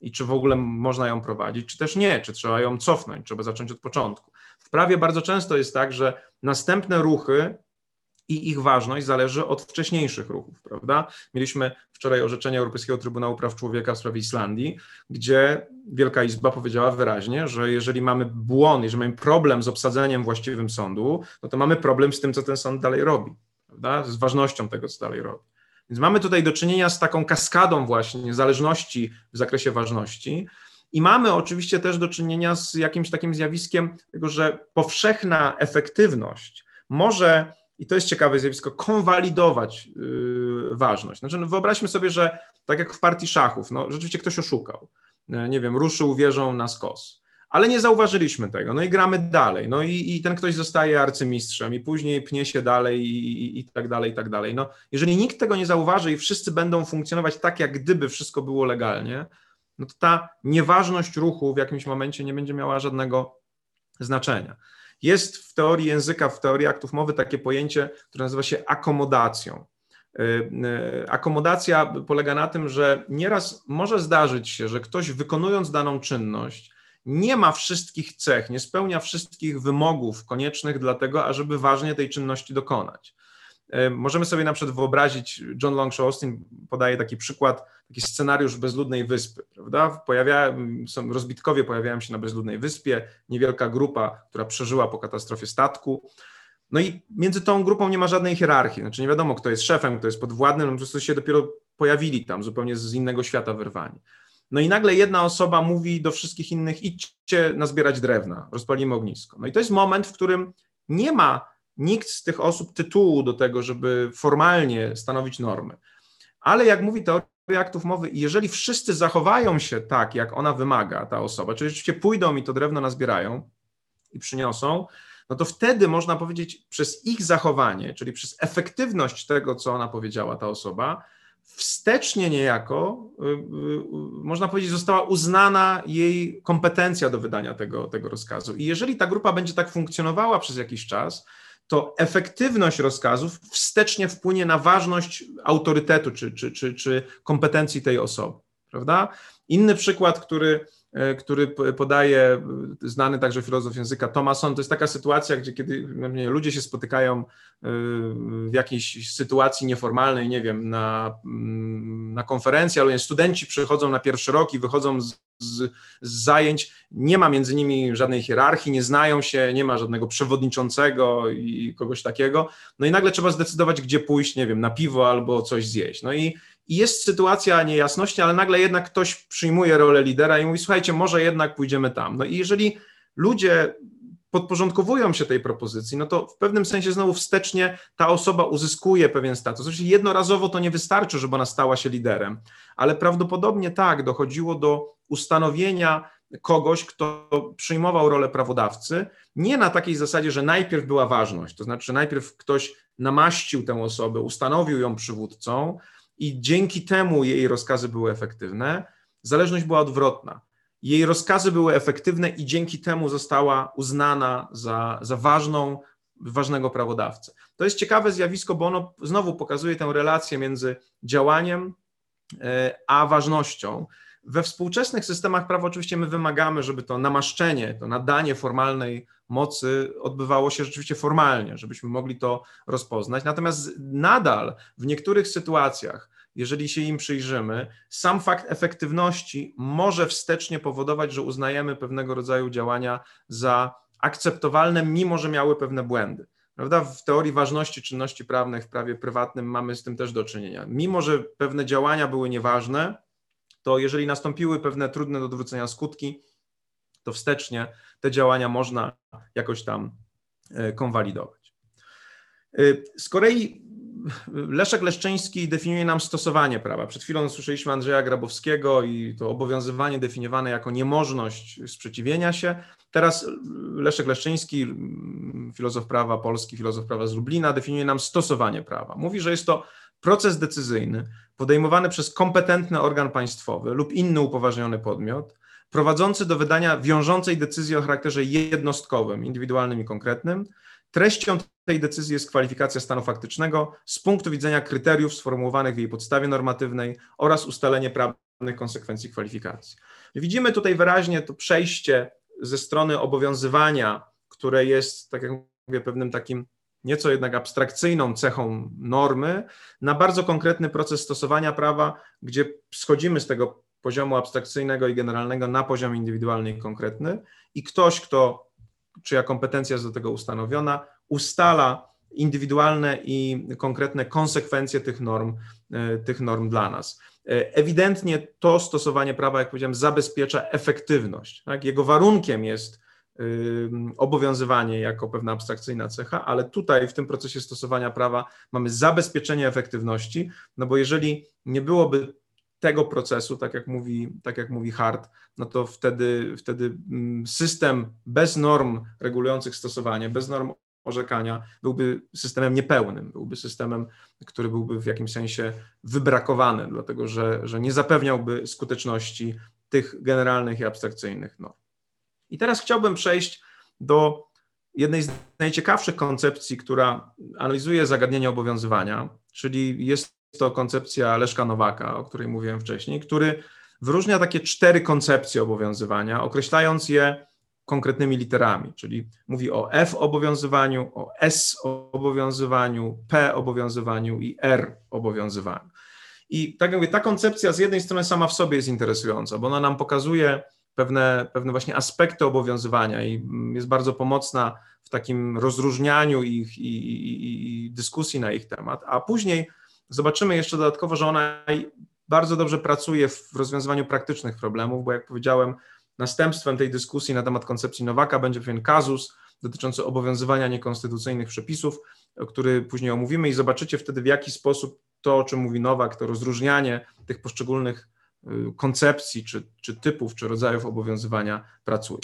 i czy w ogóle można ją prowadzić, czy też nie, czy trzeba ją cofnąć, trzeba zacząć od początku. W prawie bardzo często jest tak, że następne ruchy i ich ważność zależy od wcześniejszych ruchów, prawda? Mieliśmy wczoraj orzeczenie Europejskiego Trybunału Praw Człowieka w sprawie Islandii, gdzie Wielka Izba powiedziała wyraźnie, że jeżeli mamy błąd, jeżeli mamy problem z obsadzeniem właściwym sądu, no to mamy problem z tym, co ten sąd dalej robi, prawda? Z ważnością tego, co dalej robi. Więc mamy tutaj do czynienia z taką kaskadą właśnie zależności w zakresie ważności i mamy oczywiście też do czynienia z jakimś takim zjawiskiem tego, że powszechna efektywność może, i to jest ciekawe zjawisko, konwalidować yy, ważność. Znaczy, no wyobraźmy sobie, że tak jak w partii szachów, no rzeczywiście ktoś oszukał, nie wiem, ruszył wieżą na skos, ale nie zauważyliśmy tego, no i gramy dalej, no i, i ten ktoś zostaje arcymistrzem i później pnie się dalej i, i, i tak dalej, i tak dalej. No, jeżeli nikt tego nie zauważy i wszyscy będą funkcjonować tak, jak gdyby wszystko było legalnie, no to ta nieważność ruchu w jakimś momencie nie będzie miała żadnego znaczenia. Jest w teorii języka, w teorii aktów mowy takie pojęcie, które nazywa się akomodacją. Akomodacja polega na tym, że nieraz może zdarzyć się, że ktoś wykonując daną czynność nie ma wszystkich cech, nie spełnia wszystkich wymogów koniecznych dla tego, ażeby ważnie tej czynności dokonać. Możemy sobie na przykład wyobrazić, John Longshaw Austin podaje taki przykład, taki scenariusz bezludnej wyspy, prawda? Pojawia, są, rozbitkowie pojawiają się na bezludnej wyspie, niewielka grupa, która przeżyła po katastrofie statku. No i między tą grupą nie ma żadnej hierarchii, znaczy nie wiadomo, kto jest szefem, kto jest podwładnym, no po prostu się dopiero pojawili tam, zupełnie z innego świata wyrwani. No i nagle jedna osoba mówi do wszystkich innych, idźcie nazbierać drewna, rozpalimy ognisko. No i to jest moment, w którym nie ma nikt z tych osób tytułu do tego, żeby formalnie stanowić normy. Ale jak mówi teoria aktów mowy, jeżeli wszyscy zachowają się tak, jak ona wymaga, ta osoba, czyli rzeczywiście pójdą i to drewno nazbierają i przyniosą, no to wtedy można powiedzieć, przez ich zachowanie, czyli przez efektywność tego, co ona powiedziała, ta osoba, wstecznie niejako, można powiedzieć, została uznana jej kompetencja do wydania tego, tego rozkazu. I jeżeli ta grupa będzie tak funkcjonowała przez jakiś czas, to efektywność rozkazów wstecznie wpłynie na ważność autorytetu czy, czy, czy, czy kompetencji tej osoby, prawda? Inny przykład, który, który podaje znany także filozof języka Thomason, to jest taka sytuacja, gdzie kiedy nie, ludzie się spotykają w jakiejś sytuacji nieformalnej, nie wiem, na, na konferencji, albo nie, studenci przychodzą na pierwszy rok i wychodzą z, z, z zajęć, nie ma między nimi żadnej hierarchii, nie znają się, nie ma żadnego przewodniczącego i kogoś takiego, no i nagle trzeba zdecydować, gdzie pójść, nie wiem, na piwo albo coś zjeść. No i I jest sytuacja niejasności, ale nagle jednak ktoś przyjmuje rolę lidera i mówi, słuchajcie, może jednak pójdziemy tam. No i jeżeli ludzie podporządkowują się tej propozycji, no to w pewnym sensie znowu wstecznie ta osoba uzyskuje pewien status. Oczywiście jednorazowo to nie wystarczy, żeby ona stała się liderem, ale prawdopodobnie tak, dochodziło do ustanowienia kogoś, kto przyjmował rolę prawodawcy, nie na takiej zasadzie, że najpierw była ważność, to znaczy najpierw ktoś namaścił tę osobę, ustanowił ją przywódcą, i dzięki temu jej rozkazy były efektywne. Zależność była odwrotna. Jej rozkazy były efektywne i dzięki temu została uznana za, za ważną, ważnego prawodawcę. To jest ciekawe zjawisko, bo ono znowu pokazuje tę relację między działaniem a ważnością. We współczesnych systemach prawa oczywiście my wymagamy, żeby to namaszczenie, to nadanie formalnej mocy odbywało się rzeczywiście formalnie, żebyśmy mogli to rozpoznać. Natomiast nadal w niektórych sytuacjach, jeżeli się im przyjrzymy, sam fakt efektywności może wstecznie powodować, że uznajemy pewnego rodzaju działania za akceptowalne, mimo że miały pewne błędy. Prawda? W teorii ważności czynności prawnych w prawie prywatnym mamy z tym też do czynienia. Mimo że pewne działania były nieważne, to jeżeli nastąpiły pewne trudne do odwrócenia skutki, to wstecznie te działania można jakoś tam konwalidować. Z kolei Leszek Leszczyński definiuje nam stosowanie prawa. Przed chwilą słyszeliśmy Andrzeja Grabowskiego i to obowiązywanie definiowane jako niemożność sprzeciwienia się. Teraz Leszek Leszczyński, filozof prawa polski, filozof prawa z Lublina, definiuje nam stosowanie prawa. Mówi, że jest to proces decyzyjny podejmowany przez kompetentny organ państwowy lub inny upoważniony podmiot, prowadzący do wydania wiążącej decyzji o charakterze jednostkowym, indywidualnym i konkretnym. Treścią tej decyzji jest kwalifikacja stanu faktycznego z punktu widzenia kryteriów sformułowanych w jej podstawie normatywnej oraz ustalenie prawne żadnych konsekwencji kwalifikacji. Widzimy tutaj wyraźnie to przejście ze strony obowiązywania, które jest, tak jak mówię, pewnym takim nieco jednak abstrakcyjną cechą normy, na bardzo konkretny proces stosowania prawa, gdzie schodzimy z tego poziomu abstrakcyjnego i generalnego na poziom indywidualny i konkretny i ktoś, kto, czyja kompetencja jest do tego ustanowiona, ustala indywidualne i konkretne konsekwencje tych norm, tych norm dla nas. Ewidentnie to stosowanie prawa, jak powiedziałem, zabezpiecza efektywność. Tak? Jego warunkiem jest obowiązywanie jako pewna abstrakcyjna cecha, ale tutaj w tym procesie stosowania prawa mamy zabezpieczenie efektywności, no bo jeżeli nie byłoby tego procesu, tak jak mówi, tak jak mówi Hart, no to wtedy, wtedy system bez norm regulujących stosowanie, bez norm orzekania byłby systemem niepełnym, byłby systemem, który byłby w jakimś sensie wybrakowany, dlatego że, że nie zapewniałby skuteczności tych generalnych i abstrakcyjnych norm. I teraz chciałbym przejść do jednej z najciekawszych koncepcji, która analizuje zagadnienie obowiązywania, czyli jest to koncepcja Leszka Nowaka, o której mówiłem wcześniej, który wyróżnia takie cztery koncepcje obowiązywania, określając je konkretnymi literami, czyli mówi o F obowiązywaniu, o S obowiązywaniu, P obowiązywaniu i R obowiązywaniu. I tak jak mówię, ta koncepcja z jednej strony sama w sobie jest interesująca, bo ona nam pokazuje pewne, pewne właśnie aspekty obowiązywania i jest bardzo pomocna w takim rozróżnianiu ich i, i, i dyskusji na ich temat, a później zobaczymy jeszcze dodatkowo, że ona bardzo dobrze pracuje w rozwiązywaniu praktycznych problemów, bo jak powiedziałem, następstwem tej dyskusji na temat koncepcji Nowaka będzie pewien kazus dotyczący obowiązywania niekonstytucyjnych przepisów, który później omówimy i zobaczycie wtedy, w jaki sposób to, o czym mówi Nowak, to rozróżnianie tych poszczególnych koncepcji, czy, czy typów, czy rodzajów obowiązywania pracuje.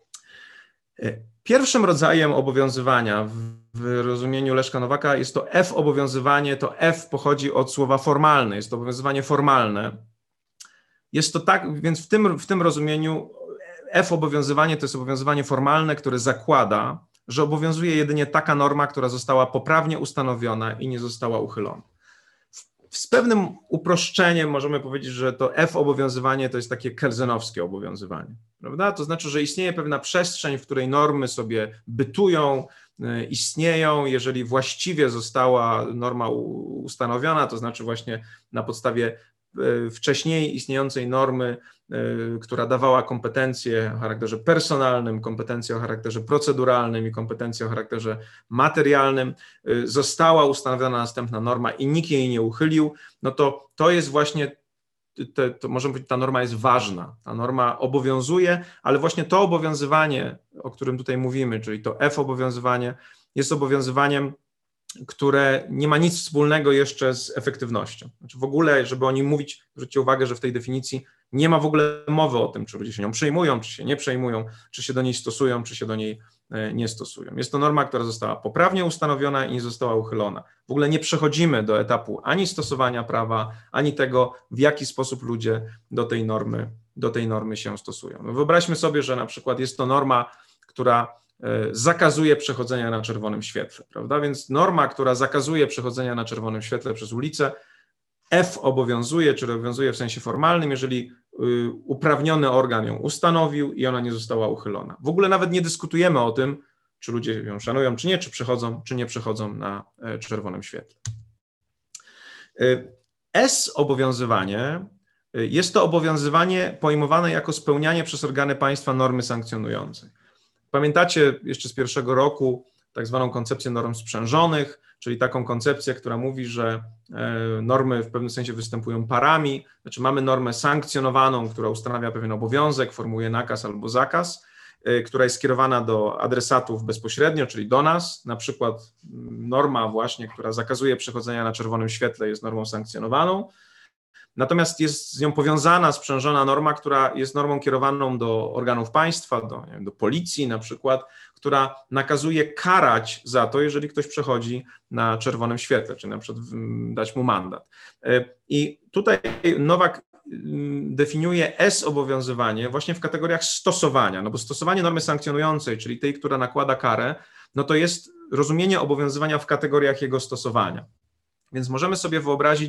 Pierwszym rodzajem obowiązywania w, w rozumieniu Leszka Nowaka jest to F obowiązywanie, to F pochodzi od słowa formalne, jest to obowiązywanie formalne. Jest to tak, więc w tym, w tym rozumieniu F obowiązywanie to jest obowiązywanie formalne, które zakłada, że obowiązuje jedynie taka norma, która została poprawnie ustanowiona i nie została uchylona. Z pewnym uproszczeniem możemy powiedzieć, że to F obowiązywanie to jest takie kelsenowskie obowiązywanie, prawda? To znaczy, że istnieje pewna przestrzeń, w której normy sobie bytują, istnieją, jeżeli właściwie została norma ustanowiona, to znaczy właśnie na podstawie wcześniej istniejącej normy, która dawała kompetencje o charakterze personalnym, kompetencje o charakterze proceduralnym i kompetencje o charakterze materialnym, została ustanowiona następna norma i nikt jej nie uchylił, no to to jest właśnie, te, to możemy powiedzieć, ta norma jest ważna, ta norma obowiązuje, ale właśnie to obowiązywanie, o którym tutaj mówimy, czyli to F obowiązywanie, jest obowiązywaniem, które nie ma nic wspólnego jeszcze z efektywnością. Znaczy w ogóle, żeby o nim mówić, zwróćcie uwagę, że w tej definicji nie ma w ogóle mowy o tym, czy ludzie się nią przejmują, czy się nie przejmują, czy się do niej stosują, czy się do niej nie stosują. Jest to norma, która została poprawnie ustanowiona i nie została uchylona. W ogóle nie przechodzimy do etapu ani stosowania prawa, ani tego, w jaki sposób ludzie do tej normy, do tej normy się stosują. No wyobraźmy sobie, że na przykład jest to norma, która zakazuje przechodzenia na czerwonym świetle, prawda? Więc norma, która zakazuje przechodzenia na czerwonym świetle przez ulicę, F obowiązuje, czyli obowiązuje w sensie formalnym, jeżeli uprawniony organ ją ustanowił i ona nie została uchylona. W ogóle nawet nie dyskutujemy o tym, czy ludzie ją szanują, czy nie, czy przechodzą, czy nie przechodzą na czerwonym świetle. S obowiązywanie jest to obowiązywanie pojmowane jako spełnianie przez organy państwa normy sankcjonującej. Pamiętacie jeszcze z pierwszego roku tak zwaną koncepcję norm sprzężonych, czyli taką koncepcję, która mówi, że normy w pewnym sensie występują parami, znaczy mamy normę sankcjonowaną, która ustanawia pewien obowiązek, formułuje nakaz albo zakaz, która jest skierowana do adresatów bezpośrednio, czyli do nas, na przykład norma właśnie, która zakazuje przechodzenia na czerwonym świetle jest normą sankcjonowaną. Natomiast jest z nią powiązana, sprzężona norma, która jest normą kierowaną do organów państwa, do, nie wiem, do policji na przykład, która nakazuje karać za to, jeżeli ktoś przechodzi na czerwonym świetle, czy na przykład dać mu mandat. I tutaj Nowak definiuje S obowiązywanie właśnie w kategoriach stosowania, no bo stosowanie normy sankcjonującej, czyli tej, która nakłada karę, no to jest rozumienie obowiązywania w kategoriach jego stosowania. Więc możemy sobie wyobrazić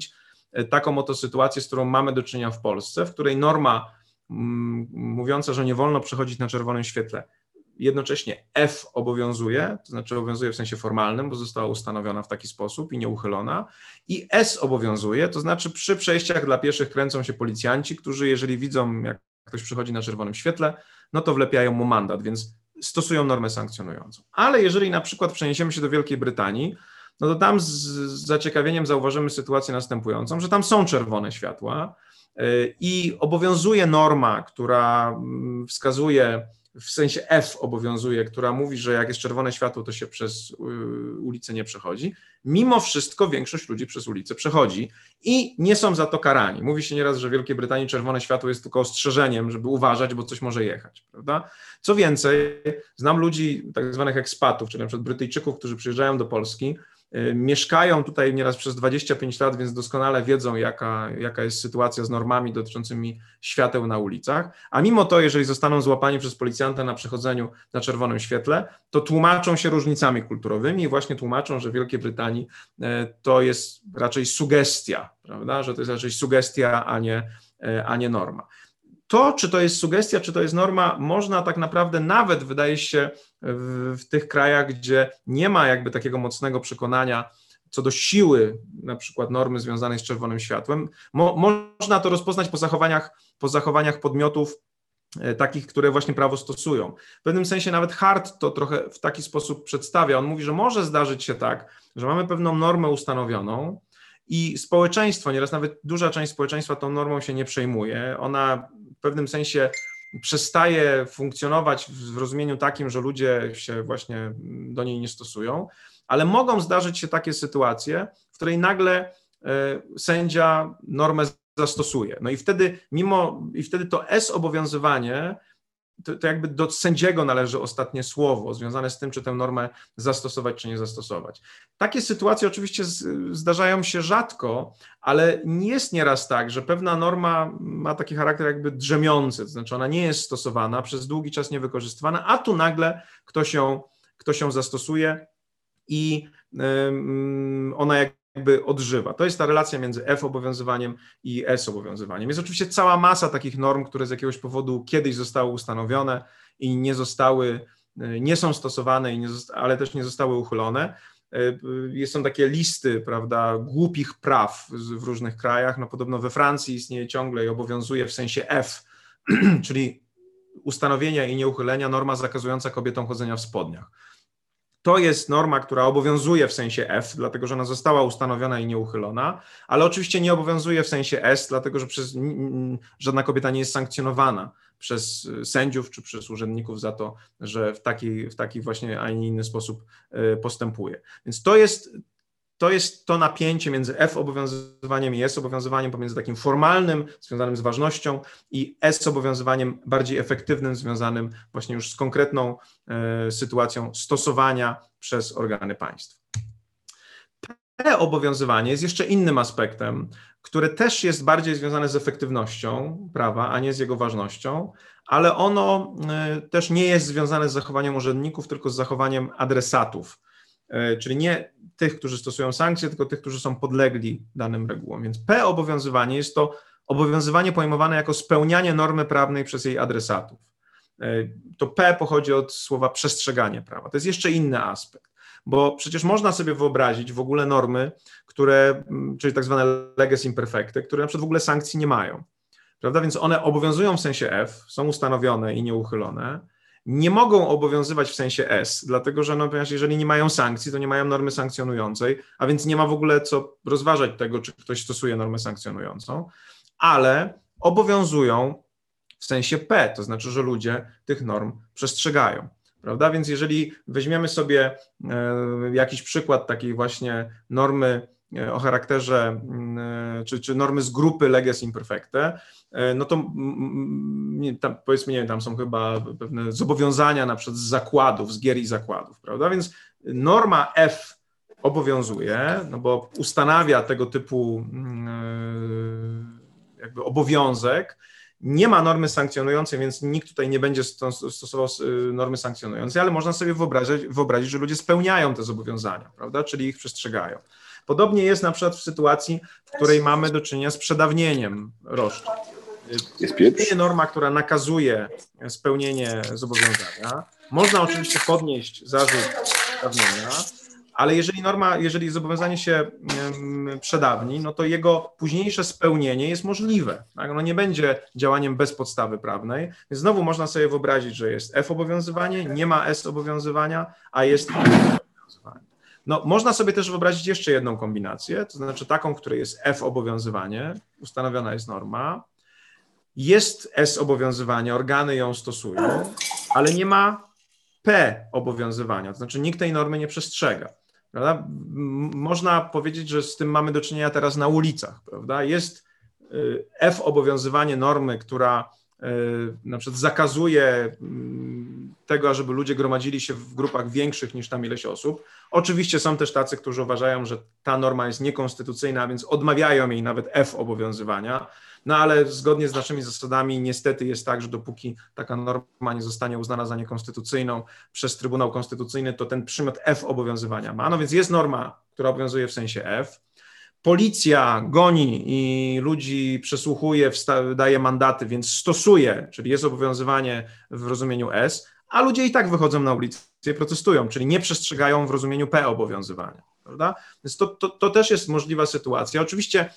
taką oto sytuację, z którą mamy do czynienia w Polsce, w której norma m, mówiąca, że nie wolno przechodzić na czerwonym świetle, jednocześnie F obowiązuje, to znaczy obowiązuje w sensie formalnym, bo została ustanowiona w taki sposób i nieuchylona, i S obowiązuje, to znaczy przy przejściach dla pieszych kręcą się policjanci, którzy jeżeli widzą, jak ktoś przychodzi na czerwonym świetle, no to wlepiają mu mandat, więc stosują normę sankcjonującą. Ale jeżeli na przykład przeniesiemy się do Wielkiej Brytanii, no to tam z, z zaciekawieniem zauważymy sytuację następującą, że tam są czerwone światła yy, i obowiązuje norma, która yy, wskazuje, w sensie F obowiązuje, która mówi, że jak jest czerwone światło, to się przez ulicę nie przechodzi. Mimo wszystko większość ludzi przez ulicę przechodzi i nie są za to karani. Mówi się nieraz, że w Wielkiej Brytanii czerwone światło jest tylko ostrzeżeniem, żeby uważać, bo coś może jechać, prawda? Co więcej, znam ludzi, tak zwanych ekspatów, czyli na przykład Brytyjczyków, którzy przyjeżdżają do Polski, mieszkają tutaj nieraz przez dwadzieścia pięć lat, więc doskonale wiedzą, jaka, jaka jest sytuacja z normami dotyczącymi świateł na ulicach, a mimo to, jeżeli zostaną złapani przez policjanta na przechodzeniu na czerwonym świetle, to tłumaczą się różnicami kulturowymi i właśnie tłumaczą, że w Wielkiej Brytanii to jest raczej sugestia, prawda, że to jest raczej sugestia, a nie, a nie norma. To, czy to jest sugestia, czy to jest norma, można tak naprawdę nawet, wydaje się, w, w tych krajach, gdzie nie ma jakby takiego mocnego przekonania co do siły na przykład normy związanej z czerwonym światłem, mo, można to rozpoznać po zachowaniach, po zachowaniach podmiotów e, takich, które właśnie prawo stosują. W pewnym sensie nawet Hart to trochę w taki sposób przedstawia. On mówi, że może zdarzyć się tak, że mamy pewną normę ustanowioną, i społeczeństwo, nieraz nawet duża część społeczeństwa tą normą się nie przejmuje. Ona w pewnym sensie przestaje funkcjonować w rozumieniu takim, że ludzie się właśnie do niej nie stosują, ale mogą zdarzyć się takie sytuacje, w której nagle sędzia normę zastosuje. No i wtedy mimo, i wtedy to S obowiązywanie, To, to jakby do sędziego należy ostatnie słowo związane z tym, czy tę normę zastosować, czy nie zastosować. Takie sytuacje oczywiście z, zdarzają się rzadko, ale jest nieraz tak, że pewna norma ma taki charakter jakby drzemiący, to znaczy ona nie jest stosowana, przez długi czas nie wykorzystywana, a tu nagle ktoś ją, ktoś ją zastosuje i ym, ona jak jakby odżywa. To jest ta relacja między F obowiązywaniem i S obowiązywaniem. Jest oczywiście cała masa takich norm, które z jakiegoś powodu kiedyś zostały ustanowione i nie zostały, nie są stosowane, i nie zosta- ale też nie zostały uchylone. Są takie listy, prawda, głupich praw w różnych krajach. No podobno we Francji istnieje ciągle i obowiązuje w sensie F, czyli ustanowienia i nieuchylenia norma zakazująca kobietom chodzenia w spodniach. To jest norma, która obowiązuje w sensie F, dlatego że ona została ustanowiona i nieuchylona, ale oczywiście nie obowiązuje w sensie S, dlatego że przez, żadna kobieta nie jest sankcjonowana przez sędziów czy przez urzędników za to, że w taki, w taki właśnie, a nie inny sposób postępuje. Więc to jest, to jest to napięcie między F obowiązywaniem i S obowiązywaniem, pomiędzy takim formalnym, związanym z ważnością, i S obowiązywaniem bardziej efektywnym, związanym właśnie już z konkretną e, sytuacją stosowania przez organy państwa. P obowiązywanie jest jeszcze innym aspektem, który też jest bardziej związane z efektywnością prawa, a nie z jego ważnością, ale ono e, też nie jest związane z zachowaniem urzędników, tylko z zachowaniem adresatów, e, czyli nie tych, którzy stosują sankcje, tylko tych, którzy są podlegli danym regułom. Więc P obowiązywanie jest to obowiązywanie pojmowane jako spełnianie normy prawnej przez jej adresatów. To P pochodzi od słowa przestrzeganie prawa. To jest jeszcze inny aspekt, bo przecież można sobie wyobrazić w ogóle normy, które, czyli tak zwane leges imperfecte, które na przykład w ogóle sankcji nie mają, prawda? Więc one obowiązują w sensie F, są ustanowione i nieuchylone, nie mogą obowiązywać w sensie S, dlatego że no, ponieważ jeżeli nie mają sankcji, to nie mają normy sankcjonującej, a więc nie ma w ogóle co rozważać tego, czy ktoś stosuje normę sankcjonującą, ale obowiązują w sensie P, to znaczy, że ludzie tych norm przestrzegają, prawda? Więc jeżeli weźmiemy sobie e, jakiś przykład takiej właśnie normy o charakterze, czy, czy normy z grupy leges imperfecte, no to tam, powiedzmy, nie wiem, tam są chyba pewne zobowiązania na przykład z zakładów, z gier i zakładów, prawda? Więc norma F obowiązuje, no bo ustanawia tego typu jakby obowiązek Nie ma normy sankcjonującej, więc nikt tutaj nie będzie stosował normy sankcjonującej, ale można sobie wyobrazić, wyobrazić, że ludzie spełniają te zobowiązania, prawda, czyli ich przestrzegają. Podobnie jest na przykład w sytuacji, w której mamy do czynienia z przedawnieniem roszczeń. Jest norma, która nakazuje spełnienie zobowiązania. Można oczywiście podnieść zarzut przedawnienia, ale jeżeli norma, jeżeli zobowiązanie się przedawni, no to jego późniejsze spełnienie jest możliwe. Tak? Ono nie będzie działaniem bez podstawy prawnej, więc znowu można sobie wyobrazić, że jest F obowiązywanie, nie ma S obowiązywania, a jest F obowiązywanie. No, można sobie też wyobrazić jeszcze jedną kombinację, to znaczy taką, w której jest F obowiązywanie, ustanowiona jest norma, jest S obowiązywanie, organy ją stosują, ale nie ma P obowiązywania, to znaczy nikt tej normy nie przestrzega. Prawda? Można powiedzieć, że z tym mamy do czynienia teraz na ulicach. Prawda? Jest F obowiązywanie normy, która na przykład zakazuje tego, żeby ludzie gromadzili się w grupach większych niż tam ileś osób. Oczywiście są też tacy, którzy uważają, że ta norma jest niekonstytucyjna, więc odmawiają jej nawet F obowiązywania. No ale zgodnie z naszymi zasadami niestety jest tak, że dopóki taka norma nie zostanie uznana za niekonstytucyjną przez Trybunał Konstytucyjny, to ten przymiot F obowiązywania ma. No więc jest norma, która obowiązuje w sensie F. Policja goni i ludzi przesłuchuje, daje mandaty, więc stosuje, czyli jest obowiązywanie w rozumieniu S, a ludzie i tak wychodzą na ulicę i protestują, czyli nie przestrzegają w rozumieniu P obowiązywania. Prawda? Więc to, to, to też jest możliwa sytuacja. Oczywiście,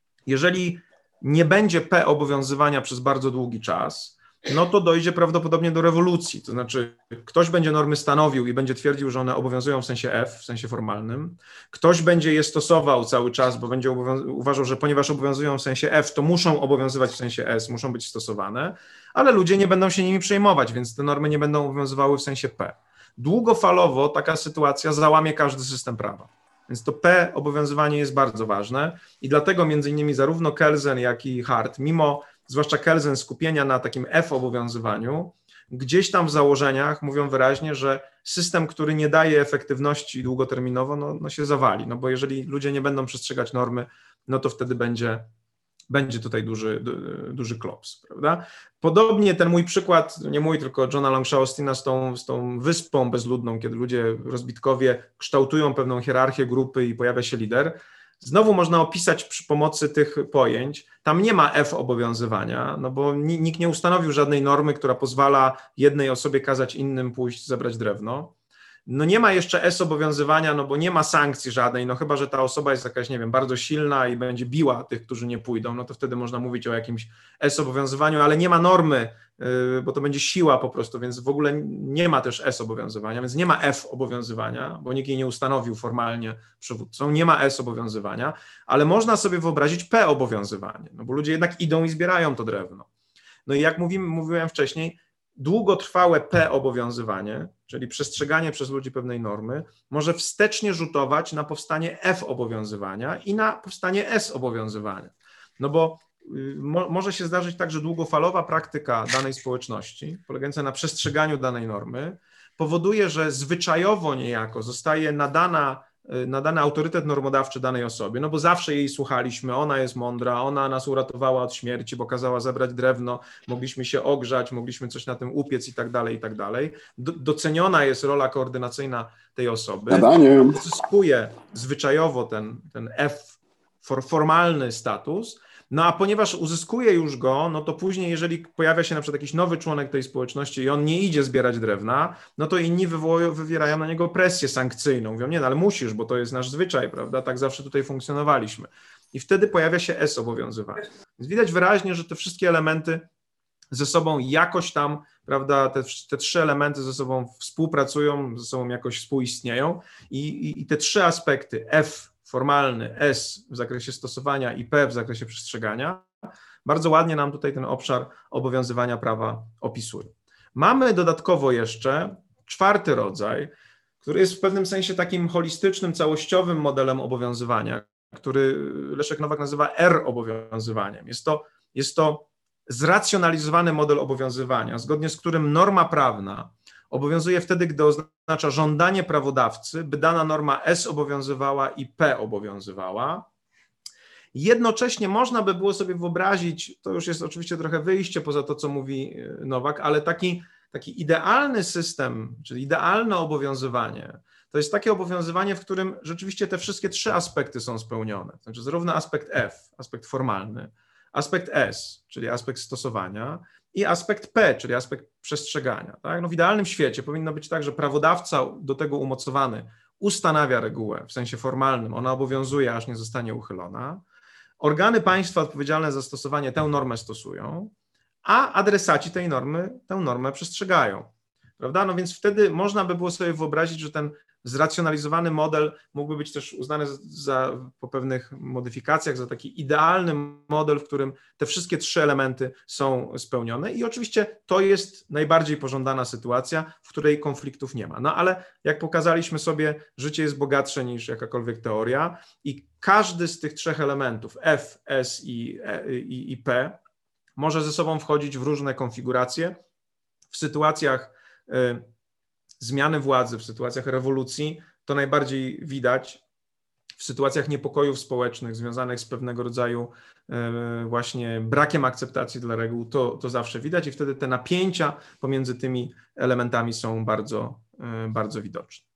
jeżeli nie będzie P obowiązywania przez bardzo długi czas, no to dojdzie prawdopodobnie do rewolucji. To znaczy ktoś będzie normy stanowił i będzie twierdził, że one obowiązują w sensie F, w sensie formalnym. Ktoś będzie je stosował cały czas, bo będzie uważał, że ponieważ obowiązują w sensie F, to muszą obowiązywać w sensie S, muszą być stosowane, ale ludzie nie będą się nimi przejmować, więc te normy nie będą obowiązywały w sensie P. Długofalowo taka sytuacja załamie każdy system prawa. Więc to P obowiązywanie jest bardzo ważne i dlatego między innymi zarówno Kelsen, jak i Hart, mimo zwłaszcza Kelsen skupienia na takim F obowiązywaniu, gdzieś tam w założeniach mówią wyraźnie, że system, który nie daje efektywności długoterminowo, no, no się zawali, no bo jeżeli ludzie nie będą przestrzegać normy, no to wtedy będzie, będzie tutaj duży, duży klops, prawda? Podobnie ten mój przykład, nie mój, tylko Johna Longshaw Austina z tą, z tą wyspą bezludną, kiedy ludzie rozbitkowie kształtują pewną hierarchię grupy i pojawia się lider. Znowu można opisać przy pomocy tych pojęć. Tam nie ma F obowiązywania, no bo nikt nie ustanowił żadnej normy, która pozwala jednej osobie kazać innym pójść zabrać drewno. No nie ma jeszcze S obowiązywania, no bo nie ma sankcji żadnej, no chyba, że ta osoba jest jakaś, nie wiem, bardzo silna i będzie biła tych, którzy nie pójdą, no to wtedy można mówić o jakimś S obowiązywaniu, ale nie ma normy, yy, bo to będzie siła po prostu, więc w ogóle nie ma też S obowiązywania, więc nie ma F obowiązywania, bo nikt jej nie ustanowił formalnie przywódcą, nie ma S obowiązywania, ale można sobie wyobrazić P obowiązywanie, no bo ludzie jednak idą i zbierają to drewno. No i jak mówimy, mówiłem wcześniej, długotrwałe P obowiązywanie, czyli przestrzeganie przez ludzi pewnej normy, może wstecznie rzutować na powstanie F obowiązywania i na powstanie S obowiązywania. No bo mo, może się zdarzyć tak, że długofalowa praktyka danej społeczności, polegająca na przestrzeganiu danej normy, powoduje, że zwyczajowo niejako zostaje nadana nadany autorytet normodawczy danej osobie, no bo zawsze jej słuchaliśmy, ona jest mądra, ona nas uratowała od śmierci, bo kazała zabrać drewno, mogliśmy się ogrzać, mogliśmy coś na tym upiec i tak dalej, i tak dalej. Doceniona jest rola koordynacyjna tej osoby, uzyskuje zwyczajowo ten, ten F, for, formalny status, no a ponieważ uzyskuje już go, no to później, jeżeli pojawia się na przykład jakiś nowy członek tej społeczności i on nie idzie zbierać drewna, no to inni wywołują, wywierają na niego presję sankcyjną. Mówią, nie, no ale musisz, bo to jest nasz zwyczaj, prawda? Tak zawsze tutaj funkcjonowaliśmy. I wtedy pojawia się S obowiązywanie. Więc widać wyraźnie, że te wszystkie elementy ze sobą jakoś tam, prawda, te, te trzy elementy ze sobą współpracują, ze sobą jakoś współistnieją i, i, i te trzy aspekty F formalny, S w zakresie stosowania i P w zakresie przestrzegania, bardzo ładnie nam tutaj ten obszar obowiązywania prawa opisuje. Mamy dodatkowo jeszcze czwarty rodzaj, który jest w pewnym sensie takim holistycznym, całościowym modelem obowiązywania, który Leszek Nowak nazywa R obowiązywaniem. Jest to, jest to zracjonalizowany model obowiązywania, zgodnie z którym norma prawna obowiązuje wtedy, gdy oznacza żądanie prawodawcy, by dana norma S obowiązywała i P obowiązywała. Jednocześnie można by było sobie wyobrazić, to już jest oczywiście trochę wyjście poza to, co mówi Nowak, ale taki, taki idealny system, czyli idealne obowiązywanie, to jest takie obowiązywanie, w którym rzeczywiście te wszystkie trzy aspekty są spełnione. Znaczy zarówno aspekt F, aspekt formalny, aspekt S, czyli aspekt stosowania, i aspekt P, czyli aspekt przestrzegania. Tak? No w idealnym świecie powinno być tak, że prawodawca do tego umocowany ustanawia regułę w sensie formalnym, ona obowiązuje, aż nie zostanie uchylona. Organy państwa odpowiedzialne za stosowanie tę normę stosują, a adresaci tej normy tę normę przestrzegają. Prawda? No więc wtedy można by było sobie wyobrazić, że ten zracjonalizowany model mógłby być też uznany za, po pewnych modyfikacjach za taki idealny model, w którym te wszystkie trzy elementy są spełnione i oczywiście to jest najbardziej pożądana sytuacja, w której konfliktów nie ma. No ale jak pokazaliśmy sobie, życie jest bogatsze niż jakakolwiek teoria i każdy z tych trzech elementów F, S i, i, i P może ze sobą wchodzić w różne konfiguracje w sytuacjach y, zmiany władzy, w sytuacjach rewolucji, to najbardziej widać w sytuacjach niepokojów społecznych związanych z pewnego rodzaju właśnie brakiem akceptacji dla reguł, to, to zawsze widać i wtedy te napięcia pomiędzy tymi elementami są bardzo, bardzo widoczne.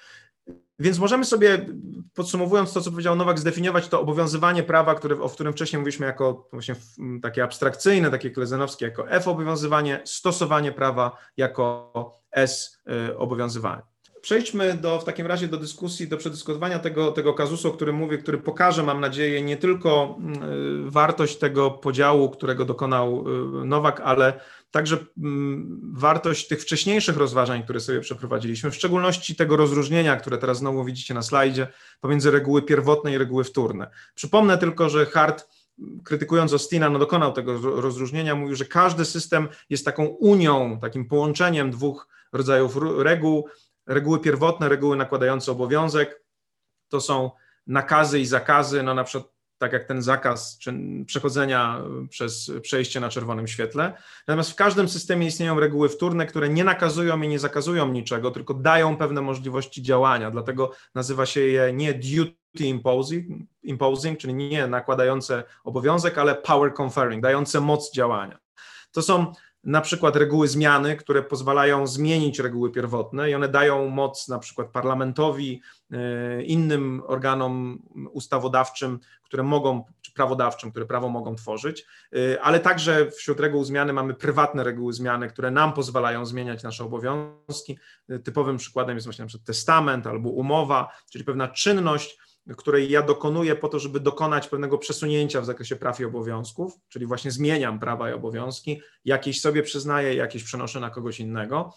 Więc możemy sobie, podsumowując to, co powiedział Nowak, zdefiniować to obowiązywanie prawa, które, o którym wcześniej mówiliśmy jako właśnie takie abstrakcyjne, takie klezenowskie, jako F obowiązywanie, stosowanie prawa jako S obowiązywanie. Przejdźmy do, w takim razie do dyskusji, do przedyskutowania tego, tego kazusu, o którym mówię, który pokaże, mam nadzieję, nie tylko wartość tego podziału, którego dokonał Nowak, ale także wartość tych wcześniejszych rozważań, które sobie przeprowadziliśmy, w szczególności tego rozróżnienia, które teraz znowu widzicie na slajdzie, pomiędzy reguły pierwotne i reguły wtórne. Przypomnę tylko, że Hart, krytykując Austina, no dokonał tego rozróżnienia, mówił, że każdy system jest taką unią, takim połączeniem dwóch rodzajów reguł. Reguły pierwotne, reguły nakładające obowiązek, to są nakazy i zakazy, no na przykład tak jak ten zakaz przechodzenia przez przejście na czerwonym świetle. Natomiast w każdym systemie istnieją reguły wtórne, które nie nakazują i nie zakazują niczego, tylko dają pewne możliwości działania, dlatego nazywa się je nie duty imposing, imposing, czyli nie nakładające obowiązek, ale power conferring, dające moc działania. To są na przykład reguły zmiany, które pozwalają zmienić reguły pierwotne i one dają moc na przykład parlamentowi, innym organom ustawodawczym, które mogą, czy prawodawczym, które prawo mogą tworzyć, ale także wśród reguł zmiany mamy prywatne reguły zmiany, które nam pozwalają zmieniać nasze obowiązki. Typowym przykładem jest właśnie na przykład testament albo umowa, czyli pewna czynność, której ja dokonuję po to, żeby dokonać pewnego przesunięcia w zakresie praw i obowiązków, czyli właśnie zmieniam prawa i obowiązki, jakieś sobie przyznaję, jakieś przenoszę na kogoś innego.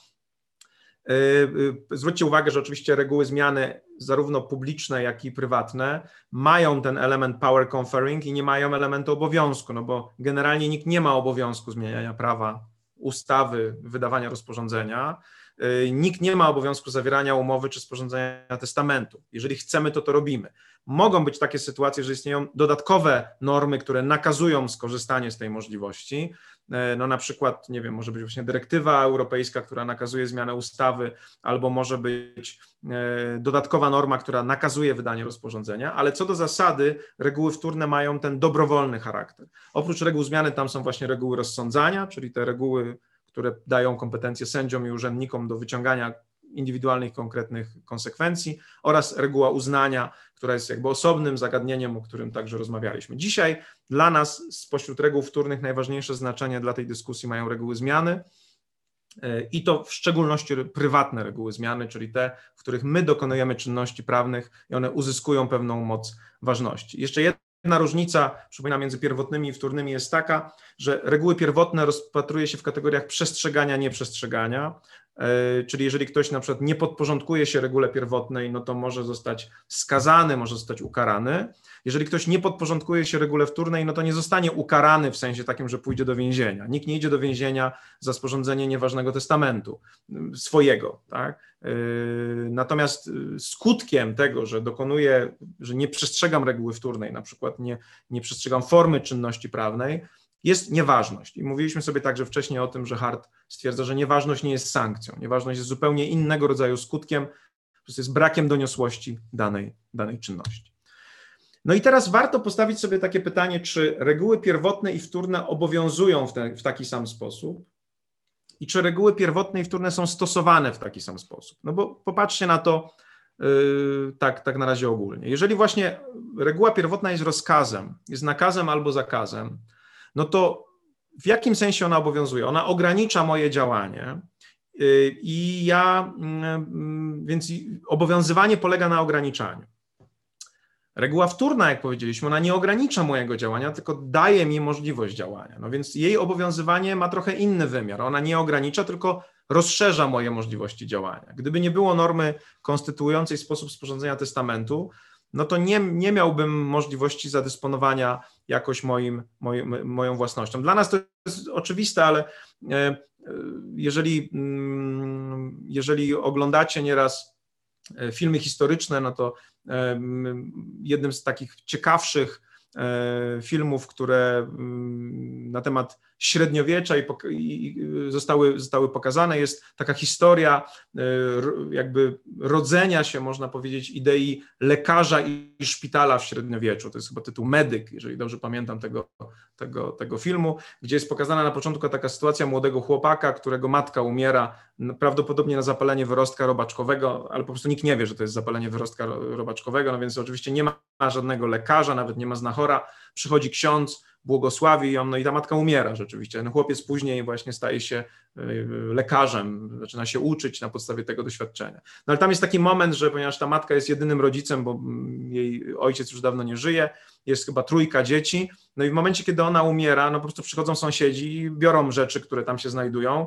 Zwróćcie uwagę, że oczywiście reguły zmiany zarówno publiczne, jak i prywatne mają ten element power conferring i nie mają elementu obowiązku, no bo generalnie nikt nie ma obowiązku zmieniania prawa, ustawy, wydawania rozporządzenia. Nikt nie ma obowiązku zawierania umowy czy sporządzenia testamentu. Jeżeli chcemy, to to robimy. Mogą być takie sytuacje, że istnieją dodatkowe normy, które nakazują skorzystanie z tej możliwości. No na przykład, nie wiem, może być właśnie dyrektywa europejska, która nakazuje zmianę ustawy, albo może być dodatkowa norma, która nakazuje wydanie rozporządzenia, ale co do zasady reguły wtórne mają ten dobrowolny charakter. Oprócz reguł zmiany tam są właśnie reguły rozsądzania, czyli te reguły, które dają kompetencje sędziom i urzędnikom do wyciągania indywidualnych, konkretnych konsekwencji oraz reguła uznania, która jest jakby osobnym zagadnieniem, o którym także rozmawialiśmy. Dzisiaj dla nas spośród reguł wtórnych najważniejsze znaczenie dla tej dyskusji mają reguły zmiany i to w szczególności prywatne reguły zmiany, czyli te, w których my dokonujemy czynności prawnych i one uzyskują pewną moc ważności. Jeszcze jedna Jedna różnica, przypominam, między pierwotnymi i wtórnymi jest taka, że reguły pierwotne rozpatruje się w kategoriach przestrzegania, nieprzestrzegania, czyli jeżeli ktoś na przykład nie podporządkuje się regule pierwotnej, no to może zostać skazany, może zostać ukarany. Jeżeli ktoś nie podporządkuje się regule wtórnej, no to nie zostanie ukarany w sensie takim, że pójdzie do więzienia. Nikt nie idzie do więzienia za sporządzenie nieważnego testamentu swojego, tak? Natomiast skutkiem tego, że dokonuję, że nie przestrzegam reguły wtórnej, na przykład nie, nie przestrzegam formy czynności prawnej, jest nieważność. I mówiliśmy sobie także wcześniej o tym, że Hart stwierdza, że nieważność nie jest sankcją. Nieważność jest zupełnie innego rodzaju skutkiem, to jest brakiem doniosłości danej, danej czynności. No i teraz warto postawić sobie takie pytanie, czy reguły pierwotne i wtórne obowiązują w, te, w taki sam sposób i czy reguły pierwotne i wtórne są stosowane w taki sam sposób. No bo popatrzcie na to yy, tak, tak na razie ogólnie. Jeżeli właśnie reguła pierwotna jest rozkazem, jest nakazem albo zakazem, no to w jakim sensie ona obowiązuje? Ona ogranicza moje działanie yy, i ja, yy, więc obowiązywanie polega na ograniczaniu. Reguła wtórna, jak powiedzieliśmy, ona nie ogranicza mojego działania, tylko daje mi możliwość działania. No więc jej obowiązywanie ma trochę inny wymiar. Ona nie ogranicza, tylko rozszerza moje możliwości działania. Gdyby nie było normy konstytuującej sposób sporządzenia testamentu, no to nie, nie miałbym możliwości zadysponowania jakoś moim, moim, moją własnością. Dla nas to jest oczywiste, ale jeżeli, jeżeli oglądacie nieraz filmy historyczne, no to jednym z takich ciekawszych filmów, które na temat średniowiecza i, i zostały, zostały pokazane, jest taka historia jakby rodzenia się, można powiedzieć, idei lekarza i szpitala w średniowieczu. To jest chyba tytuł Medyk, jeżeli dobrze pamiętam tego, tego, tego filmu, gdzie jest pokazana na początku taka sytuacja młodego chłopaka, którego matka umiera prawdopodobnie na zapalenie wyrostka robaczkowego, ale po prostu nikt nie wie, że to jest zapalenie wyrostka robaczkowego, no więc oczywiście nie ma żadnego lekarza, nawet nie ma znachora, przychodzi ksiądz, błogosławi ją, no i ta matka umiera rzeczywiście. Ten chłopiec później właśnie staje się lekarzem, zaczyna się uczyć na podstawie tego doświadczenia. No ale tam jest taki moment, że ponieważ ta matka jest jedynym rodzicem, bo jej ojciec już dawno nie żyje, jest chyba trójka dzieci, no i w momencie, kiedy ona umiera, no po prostu przychodzą sąsiedzi i biorą rzeczy, które tam się znajdują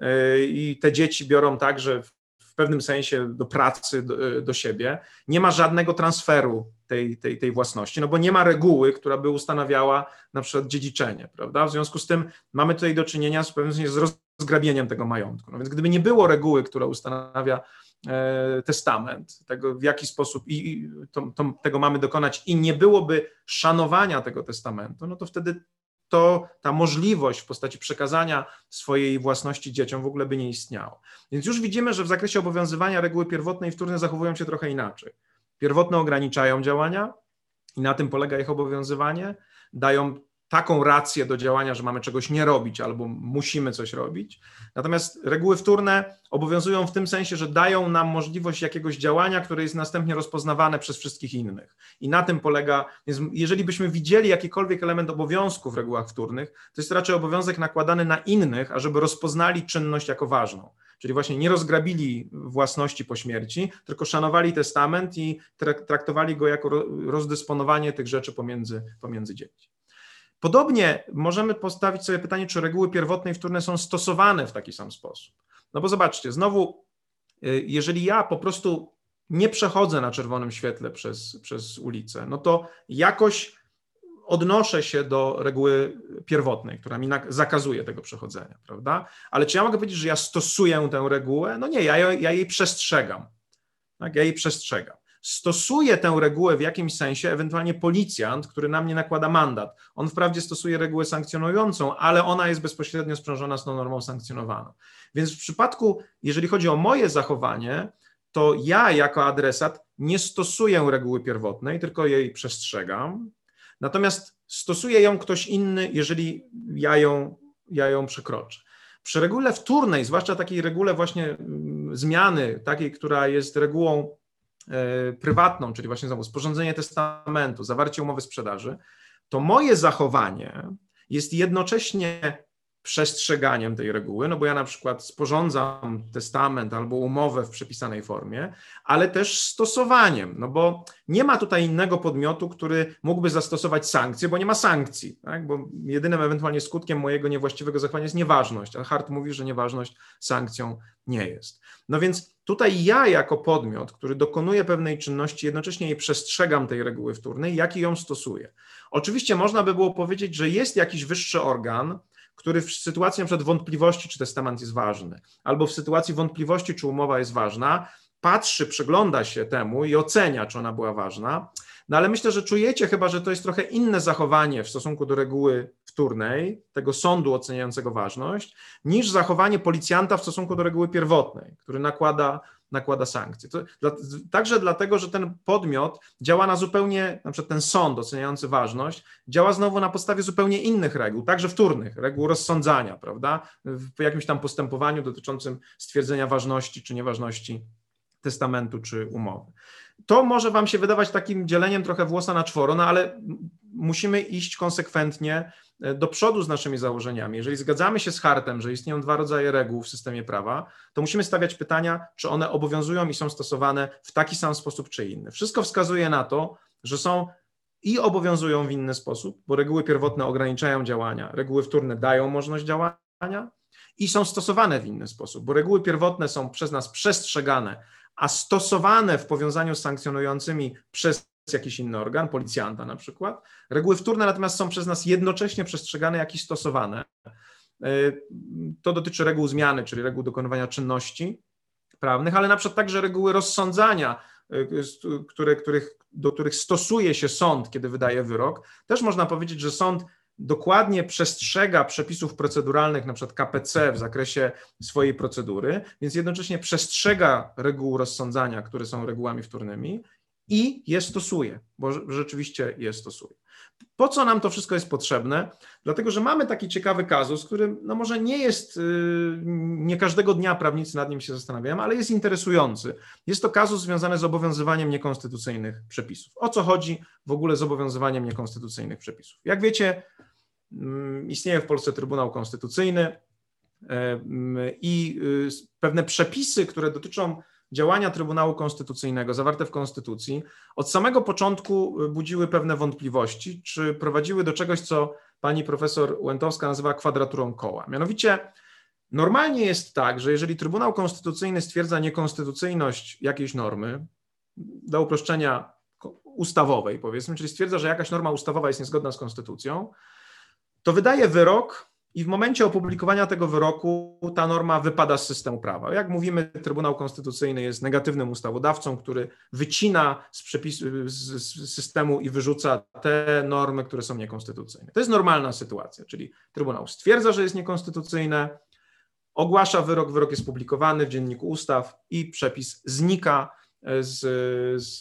i te dzieci biorą tak, że w pewnym sensie do pracy, do, do siebie. Nie ma żadnego transferu tej, tej, tej własności, no bo nie ma reguły, która by ustanawiała na przykład dziedziczenie, prawda? W związku z tym mamy tutaj do czynienia z pewnym sensie z rozgrabieniem tego majątku. No więc gdyby nie było reguły, która ustanawia e, testament, tego w jaki sposób i, i to, to, tego mamy dokonać i nie byłoby szanowania tego testamentu, no to wtedy to ta możliwość w postaci przekazania swojej własności dzieciom w ogóle by nie istniała. Więc już widzimy, że w zakresie obowiązywania reguły pierwotne i wtórne zachowują się trochę inaczej. Pierwotne ograniczają działania i na tym polega ich obowiązywanie, dają taką rację do działania, że mamy czegoś nie robić albo musimy coś robić. Natomiast reguły wtórne obowiązują w tym sensie, że dają nam możliwość jakiegoś działania, które jest następnie rozpoznawane przez wszystkich innych. I na tym polega, więc jeżeli byśmy widzieli jakikolwiek element obowiązku w regułach wtórnych, to jest raczej obowiązek nakładany na innych, ażeby rozpoznali czynność jako ważną. Czyli właśnie nie rozgrabili własności po śmierci, tylko szanowali testament i traktowali go jako rozdysponowanie tych rzeczy pomiędzy, pomiędzy dzieci. Podobnie możemy postawić sobie pytanie, czy reguły pierwotne i wtórne są stosowane w taki sam sposób. No bo zobaczcie, znowu, jeżeli ja po prostu nie przechodzę na czerwonym świetle przez, przez ulicę, no to jakoś odnoszę się do reguły pierwotnej, która mi zakazuje tego przechodzenia, prawda? Ale czy ja mogę powiedzieć, że ja stosuję tę regułę? No nie, ja, ja jej przestrzegam. Tak? Ja jej przestrzegam. Stosuje tę regułę w jakimś sensie ewentualnie policjant, który na mnie nakłada mandat. On wprawdzie stosuje regułę sankcjonującą, ale ona jest bezpośrednio sprzężona z tą normą sankcjonowaną. Więc w przypadku, jeżeli chodzi o moje zachowanie, to ja jako adresat nie stosuję reguły pierwotnej, tylko jej przestrzegam. Natomiast stosuje ją ktoś inny, jeżeli ja ją, ja ją przekroczę. Przy regule wtórnej, zwłaszcza takiej regule właśnie zmiany, takiej, która jest regułą prywatną, czyli właśnie znowu sporządzenie testamentu, zawarcie umowy sprzedaży, to moje zachowanie jest jednocześnie przestrzeganiem tej reguły, no bo ja na przykład sporządzam testament albo umowę w przepisanej formie, ale też stosowaniem, no bo nie ma tutaj innego podmiotu, który mógłby zastosować sankcje, bo nie ma sankcji, tak? Bo jedynym ewentualnie skutkiem mojego niewłaściwego zachowania jest nieważność, a Hart mówi, że nieważność sankcją nie jest. No więc tutaj ja jako podmiot, który dokonuje pewnej czynności, jednocześnie jej przestrzegam tej reguły wtórnej, jak i ją stosuję. Oczywiście można by było powiedzieć, że jest jakiś wyższy organ, który w sytuacji na przykład wątpliwości, czy testament jest ważny, albo w sytuacji wątpliwości, czy umowa jest ważna, patrzy, przygląda się temu i ocenia, czy ona była ważna, no ale myślę, że czujecie chyba, że to jest trochę inne zachowanie w stosunku do reguły wtórnej, tego sądu oceniającego ważność, niż zachowanie policjanta w stosunku do reguły pierwotnej, który nakłada nakłada sankcje. To dla, także dlatego, że ten podmiot działa na zupełnie, na przykład ten sąd oceniający ważność, działa znowu na podstawie zupełnie innych reguł, także wtórnych, reguł rozsądzania, prawda, w jakimś tam postępowaniu dotyczącym stwierdzenia ważności czy nieważności testamentu czy umowy. To może wam się wydawać takim dzieleniem trochę włosa na czworo, no ale musimy iść konsekwentnie do przodu z naszymi założeniami. Jeżeli zgadzamy się z Hartem, że istnieją dwa rodzaje reguł w systemie prawa, to musimy stawiać pytania, czy one obowiązują i są stosowane w taki sam sposób, czy inny. Wszystko wskazuje na to, że są i obowiązują w inny sposób, bo reguły pierwotne ograniczają działania, reguły wtórne dają możliwość działania i są stosowane w inny sposób, bo reguły pierwotne są przez nas przestrzegane, a stosowane w powiązaniu z sankcjonującymi przez jakiś inny organ, policjanta na przykład. Reguły wtórne natomiast są przez nas jednocześnie przestrzegane, jak i stosowane. To dotyczy reguł zmiany, czyli reguł dokonywania czynności prawnych, ale na przykład także reguły rozsądzania, które, których, do których stosuje się sąd, kiedy wydaje wyrok. Też można powiedzieć, że sąd dokładnie przestrzega przepisów proceduralnych, na przykład K P C w zakresie swojej procedury, więc jednocześnie przestrzega reguł rozsądzania, które są regułami wtórnymi i je stosuje, bo rzeczywiście je stosuje. Po co nam to wszystko jest potrzebne? Dlatego, że mamy taki ciekawy kazus, który no może nie jest, nie każdego dnia prawnicy nad nim się zastanawiają, ale jest interesujący. Jest to kazus związany z obowiązywaniem niekonstytucyjnych przepisów. O co chodzi w ogóle z obowiązywaniem niekonstytucyjnych przepisów? Jak wiecie, istnieje w Polsce Trybunał Konstytucyjny i pewne przepisy, które dotyczą działania Trybunału Konstytucyjnego zawarte w Konstytucji, od samego początku budziły pewne wątpliwości, czy prowadziły do czegoś, co pani profesor Łętowska nazywa kwadraturą koła. Mianowicie normalnie jest tak, że jeżeli Trybunał Konstytucyjny stwierdza niekonstytucyjność jakiejś normy, dla uproszczenia ustawowej powiedzmy, czyli stwierdza, że jakaś norma ustawowa jest niezgodna z Konstytucją, to wydaje wyrok i w momencie opublikowania tego wyroku ta norma wypada z systemu prawa. Jak mówimy, Trybunał Konstytucyjny jest negatywnym ustawodawcą, który wycina z przepisu, z systemu i wyrzuca te normy, które są niekonstytucyjne. To jest normalna sytuacja, czyli Trybunał stwierdza, że jest niekonstytucyjne, ogłasza wyrok, wyrok jest publikowany w Dzienniku Ustaw i przepis znika z, z,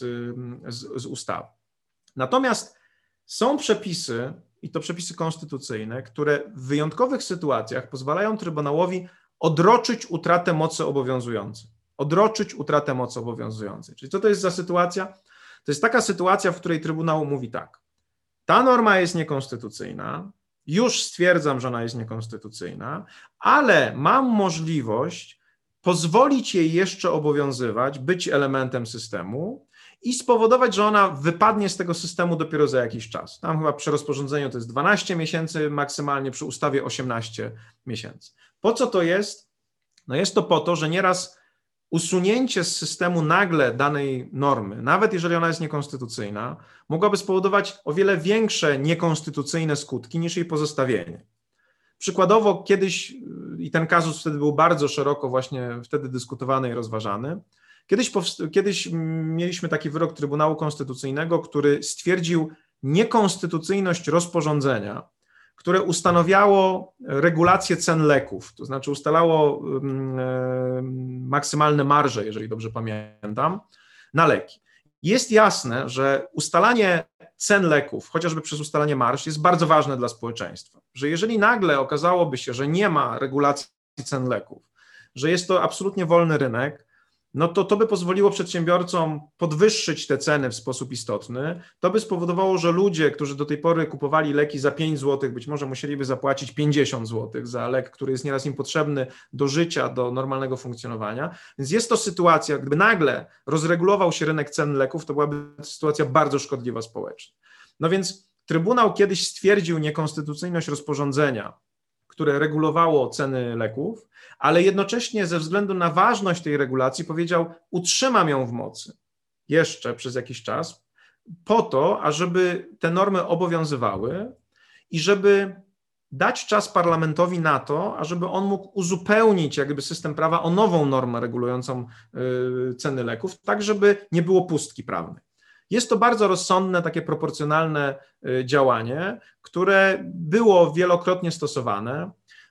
z, z ustawy. Natomiast są przepisy, i to przepisy konstytucyjne, które w wyjątkowych sytuacjach pozwalają Trybunałowi odroczyć utratę mocy obowiązującej. Odroczyć utratę mocy obowiązującej. Czyli co to jest za sytuacja? To jest taka sytuacja, w której Trybunał mówi tak: ta norma jest niekonstytucyjna, już stwierdzam, że ona jest niekonstytucyjna, ale mam możliwość pozwolić jej jeszcze obowiązywać, być elementem systemu i spowodować, że ona wypadnie z tego systemu dopiero za jakiś czas. Tam chyba przy rozporządzeniu to jest dwanaście miesięcy maksymalnie, przy ustawie osiemnaście miesięcy. Po co to jest? No jest to po to, że nieraz usunięcie z systemu nagle danej normy, nawet jeżeli ona jest niekonstytucyjna, mogłaby spowodować o wiele większe niekonstytucyjne skutki niż jej pozostawienie. Przykładowo kiedyś, i ten kazus wtedy był bardzo szeroko właśnie wtedy dyskutowany i rozważany, Kiedyś, kiedyś mieliśmy taki wyrok Trybunału Konstytucyjnego, który stwierdził niekonstytucyjność rozporządzenia, które ustanawiało regulację cen leków, to znaczy ustalało maksymalne marże, jeżeli dobrze pamiętam, na leki. Jest jasne, że ustalanie cen leków, chociażby przez ustalanie marż, jest bardzo ważne dla społeczeństwa. Że jeżeli nagle okazałoby się, że nie ma regulacji cen leków, że jest to absolutnie wolny rynek, no to to by pozwoliło przedsiębiorcom podwyższyć te ceny w sposób istotny. To by spowodowało, że ludzie, którzy do tej pory kupowali leki za pięć złotych, być może musieliby zapłacić pięćdziesiąt złotych za lek, który jest nieraz im potrzebny do życia, do normalnego funkcjonowania. Więc jest to sytuacja, gdyby nagle rozregulował się rynek cen leków, to byłaby sytuacja bardzo szkodliwa społecznie. No więc Trybunał kiedyś stwierdził niekonstytucyjność rozporządzenia, które regulowało ceny leków, ale jednocześnie ze względu na ważność tej regulacji powiedział, utrzymam ją w mocy jeszcze przez jakiś czas, po to, ażeby te normy obowiązywały i żeby dać czas parlamentowi na to, ażeby on mógł uzupełnić jakby system prawa o nową normę regulującą y, ceny leków, tak żeby nie było pustki prawnej. Jest to bardzo rozsądne, takie proporcjonalne działanie, które było wielokrotnie stosowane.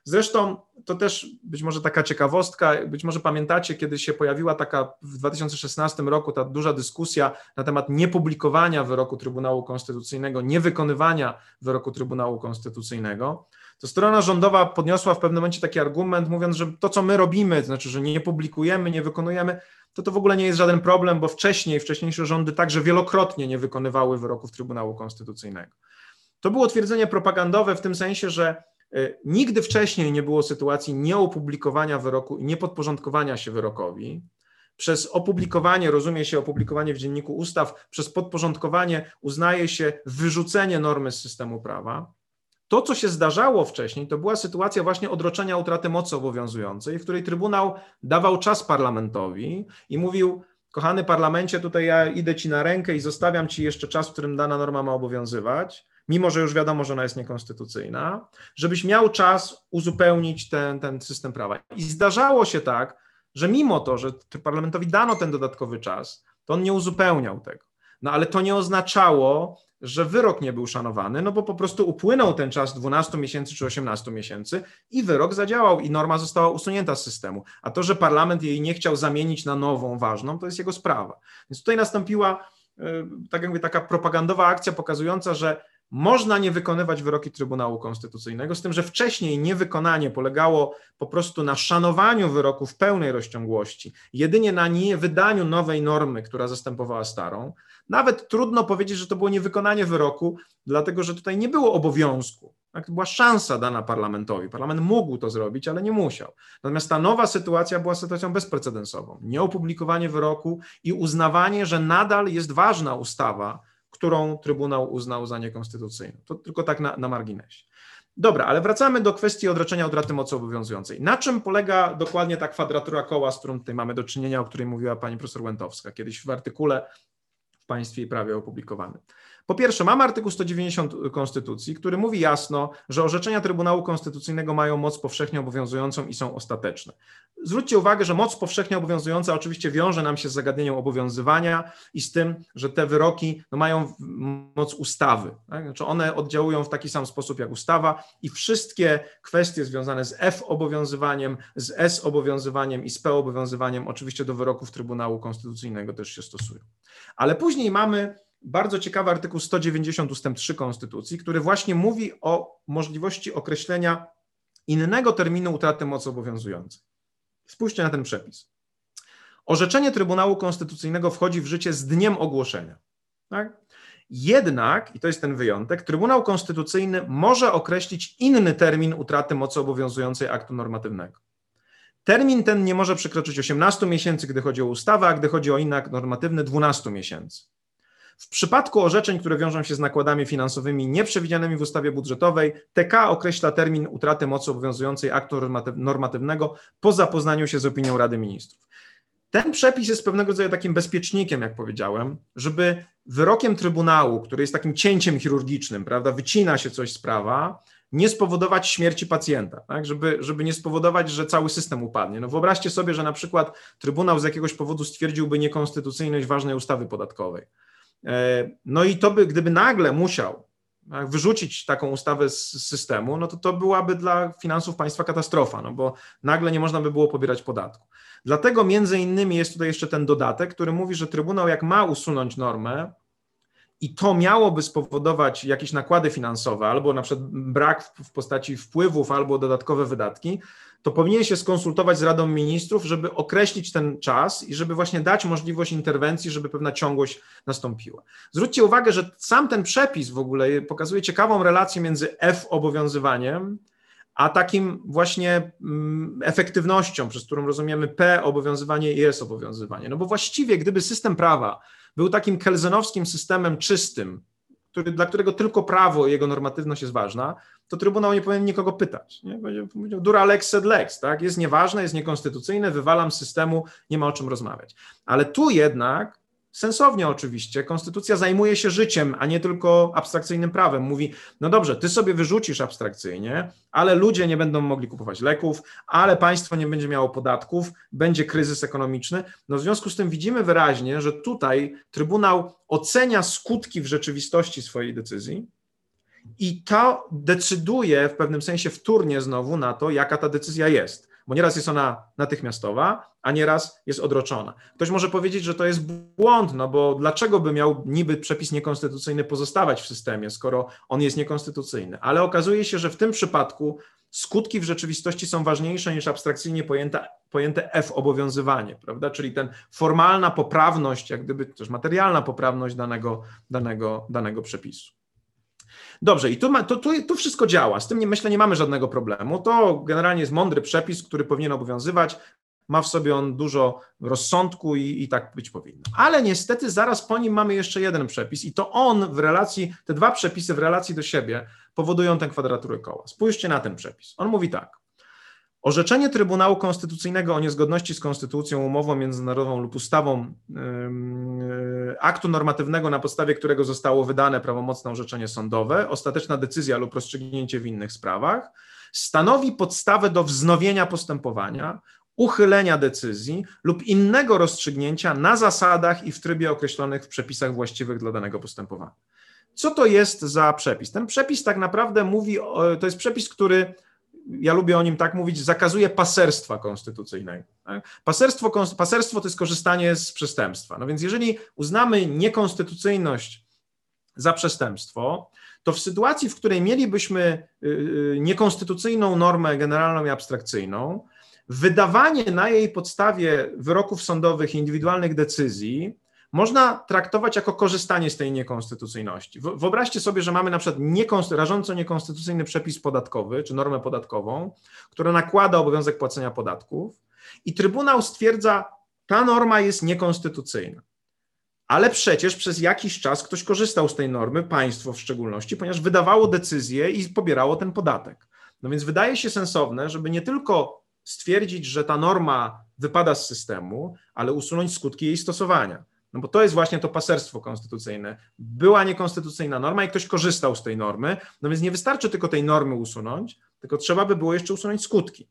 Zresztą to też być może taka ciekawostka, być może pamiętacie, kiedy się pojawiła taka w dwa tysiące szesnastym roku ta duża dyskusja na temat niepublikowania wyroku Trybunału Konstytucyjnego, niewykonywania wyroku Trybunału Konstytucyjnego, to strona rządowa podniosła w pewnym momencie taki argument, mówiąc, że to, co my robimy, to znaczy, że nie publikujemy, nie wykonujemy, to to w ogóle nie jest żaden problem, bo wcześniej, wcześniejsze rządy także wielokrotnie nie wykonywały wyroków Trybunału Konstytucyjnego. To było twierdzenie propagandowe w tym sensie, że nigdy wcześniej nie było sytuacji nieopublikowania wyroku i niepodporządkowania się wyrokowi. Przez opublikowanie, rozumie się opublikowanie w Dzienniku Ustaw, przez podporządkowanie uznaje się wyrzucenie normy z systemu prawa. To, co się zdarzało wcześniej, to była sytuacja właśnie odroczenia utraty mocy obowiązującej, w której Trybunał dawał czas parlamentowi i mówił: kochany parlamencie, tutaj ja idę ci na rękę i zostawiam ci jeszcze czas, w którym dana norma ma obowiązywać, mimo że już wiadomo, że ona jest niekonstytucyjna, żebyś miał czas uzupełnić ten, ten system prawa. I zdarzało się tak, że mimo to, że parlamentowi dano ten dodatkowy czas, to on nie uzupełniał tego. No ale to nie oznaczało, że wyrok nie był szanowany, no bo po prostu upłynął ten czas dwunastu miesięcy czy osiemnastu miesięcy i wyrok zadziałał i norma została usunięta z systemu. A to, że parlament jej nie chciał zamienić na nową, ważną, to jest jego sprawa. Więc tutaj nastąpiła, tak jakby taka propagandowa akcja pokazująca, że można nie wykonywać wyroki Trybunału Konstytucyjnego, z tym, że wcześniej niewykonanie polegało po prostu na szanowaniu wyroku w pełnej rozciągłości, jedynie na niewydaniu nowej normy, która zastępowała starą. Nawet trudno powiedzieć, że to było niewykonanie wyroku, dlatego że tutaj nie było obowiązku. Tak? Była szansa dana parlamentowi. Parlament mógł to zrobić, ale nie musiał. Natomiast ta nowa sytuacja była sytuacją bezprecedensową. Nieopublikowanie wyroku i uznawanie, że nadal jest ważna ustawa, którą Trybunał uznał za niekonstytucyjną. To tylko tak na, na marginesie. Dobra, ale wracamy do kwestii odroczenia utraty mocy obowiązującej. Na czym polega dokładnie ta kwadratura koła, z którą tutaj mamy do czynienia, o której mówiła pani profesor Łętowska, kiedyś w artykule w Państwie i Prawie opublikowanym. Po pierwsze, mamy artykuł sto dziewięćdziesiąt Konstytucji, który mówi jasno, że orzeczenia Trybunału Konstytucyjnego mają moc powszechnie obowiązującą i są ostateczne. Zwróćcie uwagę, że moc powszechnie obowiązująca oczywiście wiąże nam się z zagadnieniem obowiązywania i z tym, że te wyroki no, mają moc ustawy. Tak? Znaczy one oddziałują w taki sam sposób jak ustawa i wszystkie kwestie związane z F obowiązywaniem, z S obowiązywaniem i z P obowiązywaniem oczywiście do wyroków Trybunału Konstytucyjnego też się stosują. Ale później mamy bardzo ciekawy artykuł sto dziewięćdziesiąt ustęp trzy Konstytucji, który właśnie mówi o możliwości określenia innego terminu utraty mocy obowiązującej. Spójrzcie na ten przepis. Orzeczenie Trybunału Konstytucyjnego wchodzi w życie z dniem ogłoszenia. Tak? Jednak, i to jest ten wyjątek, Trybunał Konstytucyjny może określić inny termin utraty mocy obowiązującej aktu normatywnego. Termin ten nie może przekroczyć osiemnastu miesięcy, gdy chodzi o ustawę, a gdy chodzi o inny akt normatywny dwunastu miesięcy. W przypadku orzeczeń, które wiążą się z nakładami finansowymi nieprzewidzianymi w ustawie budżetowej, T K określa termin utraty mocy obowiązującej aktu normatywnego po zapoznaniu się z opinią Rady Ministrów. Ten przepis jest pewnego rodzaju takim bezpiecznikiem, jak powiedziałem, żeby wyrokiem Trybunału, który jest takim cięciem chirurgicznym, prawda, wycina się coś z prawa, nie spowodować śmierci pacjenta, tak? żeby, żeby nie spowodować, że cały system upadnie. No wyobraźcie sobie, że na przykład Trybunał z jakiegoś powodu stwierdziłby niekonstytucyjność ważnej ustawy podatkowej. No i to by, gdyby nagle musiał wyrzucić taką ustawę z systemu, no to to byłaby dla finansów państwa katastrofa, no bo nagle nie można by było pobierać podatku. Dlatego między innymi jest tutaj jeszcze ten dodatek, który mówi, że Trybunał jak ma usunąć normę i to miałoby spowodować jakieś nakłady finansowe albo na przykład brak w postaci wpływów albo dodatkowe wydatki, to powinien się skonsultować z Radą Ministrów, żeby określić ten czas i żeby właśnie dać możliwość interwencji, żeby pewna ciągłość nastąpiła. Zwróćcie uwagę, że sam ten przepis w ogóle pokazuje ciekawą relację między F obowiązywaniem, a takim właśnie efektywnością, przez którą rozumiemy P obowiązywanie i S obowiązywanie. No bo właściwie gdyby system prawa był takim kelsenowskim systemem czystym, który, dla którego tylko prawo i jego normatywność jest ważna, to Trybunał nie powinien nikogo pytać. Nie? Będzie powiedział dura lex sed lex, tak? Jest nieważne, jest niekonstytucyjne, wywalam z systemu, nie ma o czym rozmawiać. Ale tu jednak, sensownie oczywiście, konstytucja zajmuje się życiem, a nie tylko abstrakcyjnym prawem. Mówi, no dobrze, ty sobie wyrzucisz abstrakcyjnie, ale ludzie nie będą mogli kupować leków, ale państwo nie będzie miało podatków, będzie kryzys ekonomiczny. No w związku z tym widzimy wyraźnie, że tutaj Trybunał ocenia skutki w rzeczywistości swojej decyzji I to decyduje w pewnym sensie wtórnie znowu na to, jaka ta decyzja jest. Bo nieraz jest ona natychmiastowa, a nieraz jest odroczona. Ktoś może powiedzieć, że to jest błąd, no bo dlaczego by miał niby przepis niekonstytucyjny pozostawać w systemie, skoro on jest niekonstytucyjny? Ale okazuje się, że w tym przypadku skutki w rzeczywistości są ważniejsze niż abstrakcyjnie pojęte, pojęte F obowiązywanie, prawda? Czyli ten formalna poprawność, jak gdyby też materialna poprawność danego, danego, danego przepisu. Dobrze, i tu, ma, tu, tu, tu wszystko działa, z tym nie, myślę nie mamy żadnego problemu. To generalnie jest mądry przepis, który powinien obowiązywać, ma w sobie on dużo rozsądku i, i tak być powinno. Ale niestety zaraz po nim mamy jeszcze jeden przepis i to on w relacji, te dwa przepisy w relacji do siebie powodują tę kwadraturę koła. Spójrzcie na ten przepis. On mówi tak. Orzeczenie Trybunału Konstytucyjnego o niezgodności z konstytucją, umową międzynarodową lub ustawą yy, aktu normatywnego, na podstawie którego zostało wydane prawomocne orzeczenie sądowe, ostateczna decyzja lub rozstrzygnięcie w innych sprawach, stanowi podstawę do wznowienia postępowania, uchylenia decyzji lub innego rozstrzygnięcia na zasadach i w trybie określonych w przepisach właściwych dla danego postępowania. Co to jest za przepis? Ten przepis tak naprawdę mówi, to jest przepis, który, ja lubię o nim tak mówić, zakazuje paserstwa konstytucyjnego. Paserstwo, paserstwo to jest korzystanie z przestępstwa. No więc jeżeli uznamy niekonstytucyjność za przestępstwo, to w sytuacji, w której mielibyśmy niekonstytucyjną normę generalną i abstrakcyjną, wydawanie na jej podstawie wyroków sądowych i indywidualnych decyzji można traktować jako korzystanie z tej niekonstytucyjności. Wyobraźcie sobie, że mamy na przykład niekonst- rażąco niekonstytucyjny przepis podatkowy, czy normę podatkową, która nakłada obowiązek płacenia podatków i Trybunał stwierdza, ta norma jest niekonstytucyjna. Ale przecież przez jakiś czas ktoś korzystał z tej normy, państwo w szczególności, ponieważ wydawało decyzję i pobierało ten podatek. No więc wydaje się sensowne, żeby nie tylko stwierdzić, że ta norma wypada z systemu, ale usunąć skutki jej stosowania. No bo to jest właśnie to paserstwo konstytucyjne. Była niekonstytucyjna norma i ktoś korzystał z tej normy, no więc nie wystarczy tylko tej normy usunąć, tylko trzeba by było jeszcze usunąć skutki.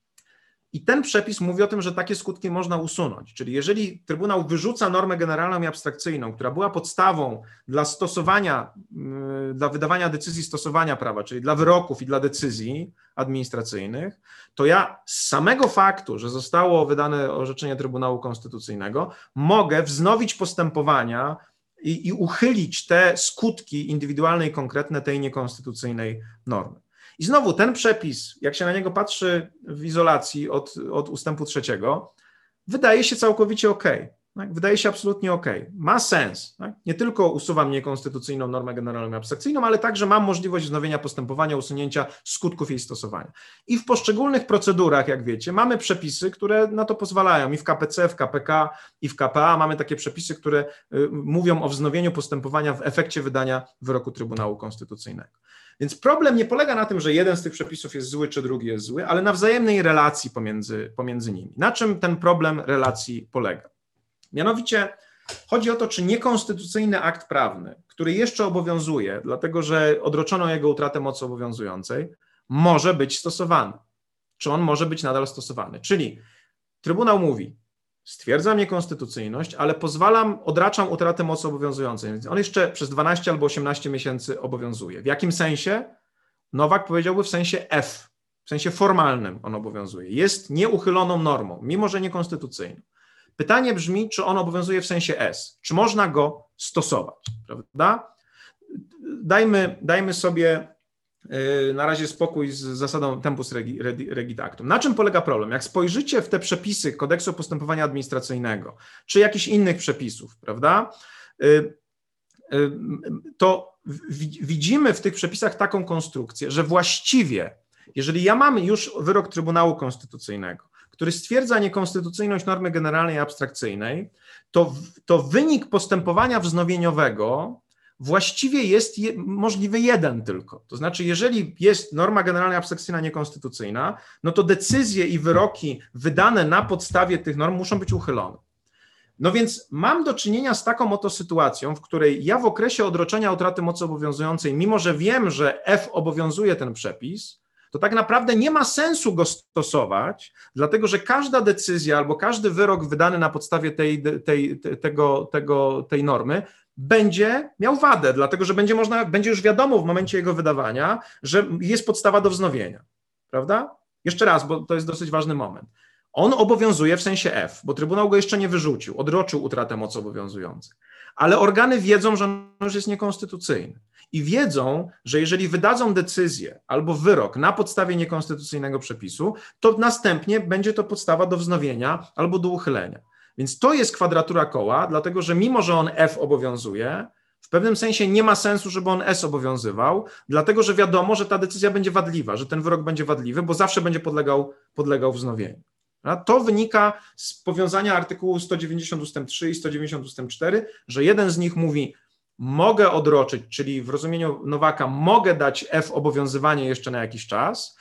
I ten przepis mówi o tym, że takie skutki można usunąć. Czyli jeżeli Trybunał wyrzuca normę generalną i abstrakcyjną, która była podstawą dla stosowania, dla wydawania decyzji stosowania prawa, czyli dla wyroków i dla decyzji administracyjnych, to ja z samego faktu, że zostało wydane orzeczenie Trybunału Konstytucyjnego, mogę wznowić postępowania i, i uchylić te skutki indywidualne i konkretne tej niekonstytucyjnej normy. I znowu ten przepis, jak się na niego patrzy w izolacji od, od ustępu trzeciego, wydaje się całkowicie okej. Tak? Wydaje się absolutnie okej. Ma sens. Tak? Nie tylko usuwam niekonstytucyjną normę generalną i abstrakcyjną, ale także mam możliwość wznowienia postępowania, usunięcia skutków jej stosowania. I w poszczególnych procedurach, jak wiecie, mamy przepisy, które na to pozwalają. I w K P C, w K P K, i w K P A mamy takie przepisy, które y, mówią o wznowieniu postępowania w efekcie wydania wyroku Trybunału Konstytucyjnego. Więc problem nie polega na tym, że jeden z tych przepisów jest zły, czy drugi jest zły, ale na wzajemnej relacji pomiędzy, pomiędzy nimi. Na czym ten problem relacji polega? Mianowicie chodzi o to, czy niekonstytucyjny akt prawny, który jeszcze obowiązuje, dlatego że odroczono jego utratę mocy obowiązującej, może być stosowany. Czy on może być nadal stosowany? Czyli Trybunał mówi, stwierdzam niekonstytucyjność, ale pozwalam, odraczam utratę mocy obowiązującej. Więc on jeszcze przez dwanaście albo osiemnaście miesięcy obowiązuje. W jakim sensie? Nowak powiedziałby w sensie F, w sensie formalnym on obowiązuje. Jest nieuchyloną normą, mimo że niekonstytucyjną. Pytanie brzmi, czy on obowiązuje w sensie S? Czy można go stosować? Prawda? Dajmy, dajmy sobie na razie spokój z zasadą tempus regit actum. Na czym polega problem? Jak spojrzycie w te przepisy Kodeksu Postępowania Administracyjnego, czy jakichś innych przepisów, prawda, to widzimy w tych przepisach taką konstrukcję, że właściwie, jeżeli ja mam już wyrok Trybunału Konstytucyjnego, który stwierdza niekonstytucyjność normy generalnej i abstrakcyjnej, to, to wynik postępowania wznowieniowego właściwie jest je, możliwy jeden tylko. To znaczy, jeżeli jest norma generalna abstrakcyjna niekonstytucyjna, no to decyzje i wyroki wydane na podstawie tych norm muszą być uchylone. No więc mam do czynienia z taką oto sytuacją, w której ja w okresie odroczenia utraty mocy obowiązującej, mimo że wiem, że F obowiązuje ten przepis, to tak naprawdę nie ma sensu go stosować, dlatego że każda decyzja albo każdy wyrok wydany na podstawie tej, tej, tego, tego, tej normy będzie miał wadę, dlatego że będzie można, będzie już wiadomo w momencie jego wydawania, że jest podstawa do wznowienia, prawda? Jeszcze raz, bo to jest dosyć ważny moment. On obowiązuje w sensie F, bo Trybunał go jeszcze nie wyrzucił, odroczył utratę mocy obowiązującej, ale organy wiedzą, że on już jest niekonstytucyjny i wiedzą, że jeżeli wydadzą decyzję albo wyrok na podstawie niekonstytucyjnego przepisu, to następnie będzie to podstawa do wznowienia albo do uchylenia. Więc to jest kwadratura koła, dlatego że mimo, że on F obowiązuje, w pewnym sensie nie ma sensu, żeby on S obowiązywał, dlatego że wiadomo, że ta decyzja będzie wadliwa, że ten wyrok będzie wadliwy, bo zawsze będzie podlegał, podlegał wznowieniu. To wynika z powiązania artykułu sto dziewięćdziesiąt ustęp trzy i sto dziewięćdziesiąt ustęp cztery, że jeden z nich mówi, mogę odroczyć, czyli w rozumieniu Nowaka mogę dać F obowiązywanie jeszcze na jakiś czas,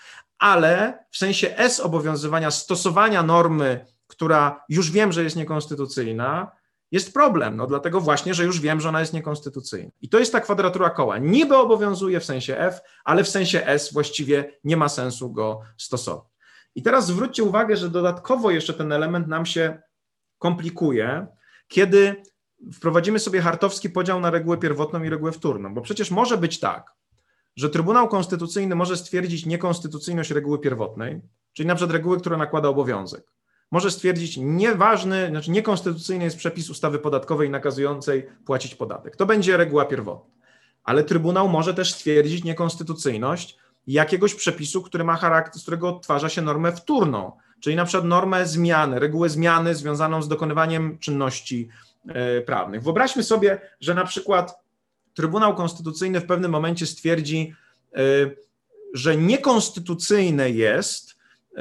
ale w sensie S obowiązywania stosowania normy, która już wiem, że jest niekonstytucyjna, jest problem, no dlatego właśnie, że już wiem, że ona jest niekonstytucyjna. I to jest ta kwadratura koła. Niby obowiązuje w sensie F, ale w sensie S właściwie nie ma sensu go stosować. I teraz zwróćcie uwagę, że dodatkowo jeszcze ten element nam się komplikuje, kiedy wprowadzimy sobie hartowski podział na regułę pierwotną i regułę wtórną, bo przecież może być tak, że Trybunał Konstytucyjny może stwierdzić niekonstytucyjność reguły pierwotnej, czyli na przykład reguły, która nakłada obowiązek. Może stwierdzić nieważny, znaczy niekonstytucyjny jest przepis ustawy podatkowej nakazującej płacić podatek. To będzie reguła pierwotna. Ale Trybunał może też stwierdzić niekonstytucyjność jakiegoś przepisu, który ma charakter, z którego odtwarza się normę wtórną, czyli na przykład normę zmiany, regułę zmiany związaną z dokonywaniem czynności yy, prawnych. Wyobraźmy sobie, że na przykład Trybunał Konstytucyjny w pewnym momencie stwierdzi, yy, że niekonstytucyjne jest,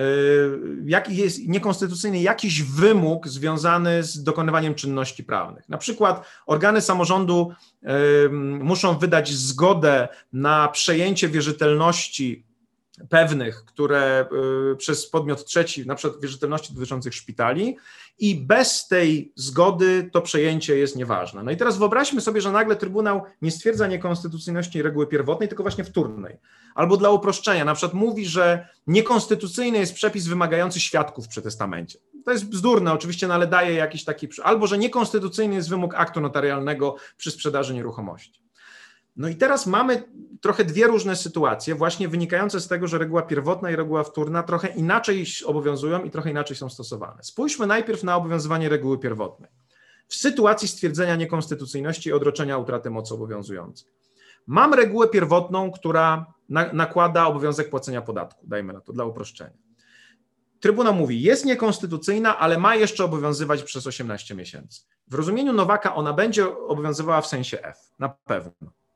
jaki jest niekonstytucyjny jakiś wymóg związany z dokonywaniem czynności prawnych. Na przykład organy samorządu muszą wydać zgodę na przejęcie wierzytelności pewnych, które przez podmiot trzeci, na przykład wierzytelności dotyczących szpitali, i bez tej zgody to przejęcie jest nieważne. No i teraz wyobraźmy sobie, że nagle Trybunał nie stwierdza niekonstytucyjności reguły pierwotnej, tylko właśnie wtórnej. Albo dla uproszczenia, na przykład mówi, że niekonstytucyjny jest przepis wymagający świadków przy testamencie. To jest bzdurne oczywiście, no ale daje jakiś taki... Albo, że niekonstytucyjny jest wymóg aktu notarialnego przy sprzedaży nieruchomości. No i teraz mamy trochę dwie różne sytuacje, właśnie wynikające z tego, że reguła pierwotna i reguła wtórna trochę inaczej obowiązują i trochę inaczej są stosowane. Spójrzmy najpierw na obowiązywanie reguły pierwotnej. W sytuacji stwierdzenia niekonstytucyjności i odroczenia utraty mocy obowiązującej. Mam regułę pierwotną, która na, nakłada obowiązek płacenia podatku, dajmy na to dla uproszczenia. Trybunał mówi, jest niekonstytucyjna, ale ma jeszcze obowiązywać przez osiemnaście miesięcy. W rozumieniu Nowaka ona będzie obowiązywała w sensie F, na pewno,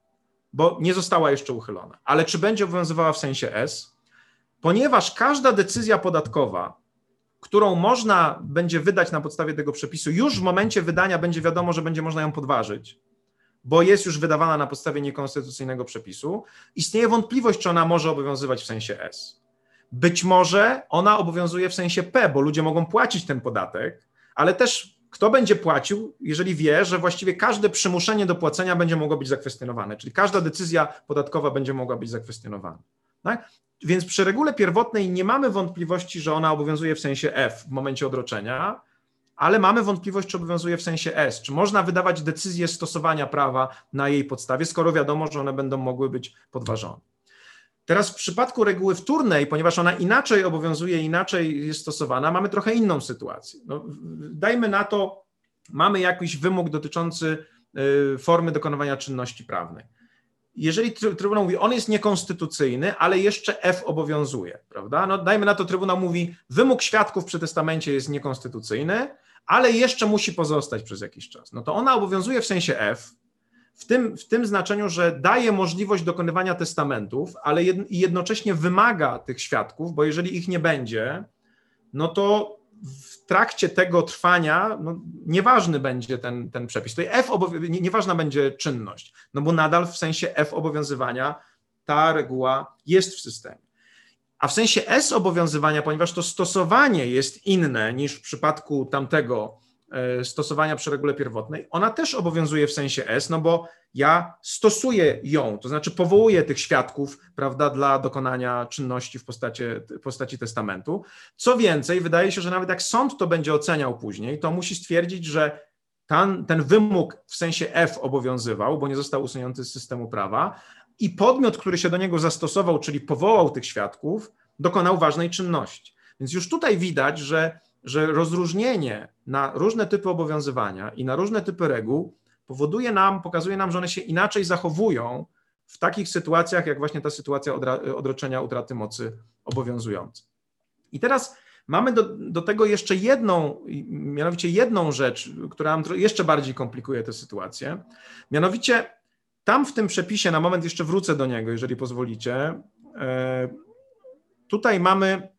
bo nie została jeszcze uchylona. Ale czy będzie obowiązywała w sensie S? Ponieważ każda decyzja podatkowa, którą można będzie wydać na podstawie tego przepisu, już w momencie wydania będzie wiadomo, że będzie można ją podważyć, bo jest już wydawana na podstawie niekonstytucyjnego przepisu, istnieje wątpliwość, czy ona może obowiązywać w sensie S. Być może ona obowiązuje w sensie P, bo ludzie mogą płacić ten podatek, ale też kto będzie płacił, jeżeli wie, że właściwie każde przymuszenie do płacenia będzie mogło być zakwestionowane, czyli każda decyzja podatkowa będzie mogła być zakwestionowana. Tak? Więc przy regule pierwotnej nie mamy wątpliwości, że ona obowiązuje w sensie F w momencie odroczenia, ale mamy wątpliwość, czy obowiązuje w sensie S. Czy można wydawać decyzje stosowania prawa na jej podstawie, skoro wiadomo, że one będą mogły być podważone. Teraz w przypadku reguły wtórnej, ponieważ ona inaczej obowiązuje, inaczej jest stosowana, mamy trochę inną sytuację. No, dajmy na to, mamy jakiś wymóg dotyczący y, formy dokonywania czynności prawnej. Jeżeli Trybunał mówi, on jest niekonstytucyjny, ale jeszcze F obowiązuje, prawda? No, dajmy na to, Trybunał mówi, wymóg świadków przy testamencie jest niekonstytucyjny, ale jeszcze musi pozostać przez jakiś czas. No to ona obowiązuje w sensie F, w tym, w tym znaczeniu, że daje możliwość dokonywania testamentów, ale jed, jednocześnie wymaga tych świadków, bo jeżeli ich nie będzie, no to w trakcie tego trwania no, nieważny będzie ten, ten przepis. Tutaj F obowią- nie, nieważna będzie czynność, no bo nadal w sensie F obowiązywania ta reguła jest w systemie. A w sensie S obowiązywania, ponieważ to stosowanie jest inne niż w przypadku tamtego stosowania przy regule pierwotnej, ona też obowiązuje w sensie S, no bo ja stosuję ją, to znaczy powołuję tych świadków, prawda, dla dokonania czynności w postaci, w postaci testamentu. Co więcej, wydaje się, że nawet jak sąd to będzie oceniał później, to musi stwierdzić, że ten, ten wymóg w sensie F obowiązywał, bo nie został usunięty z systemu prawa i podmiot, który się do niego zastosował, czyli powołał tych świadków, dokonał ważnej czynności. Więc już tutaj widać, że, że rozróżnienie na różne typy obowiązywania i na różne typy reguł powoduje nam, pokazuje nam, że one się inaczej zachowują w takich sytuacjach, jak właśnie ta sytuacja odroczenia utraty mocy obowiązującej. I teraz mamy do, do tego jeszcze jedną, mianowicie jedną rzecz, która nam jeszcze bardziej komplikuje tę sytuację. Mianowicie tam w tym przepisie, na moment jeszcze wrócę do niego, jeżeli pozwolicie, tutaj mamy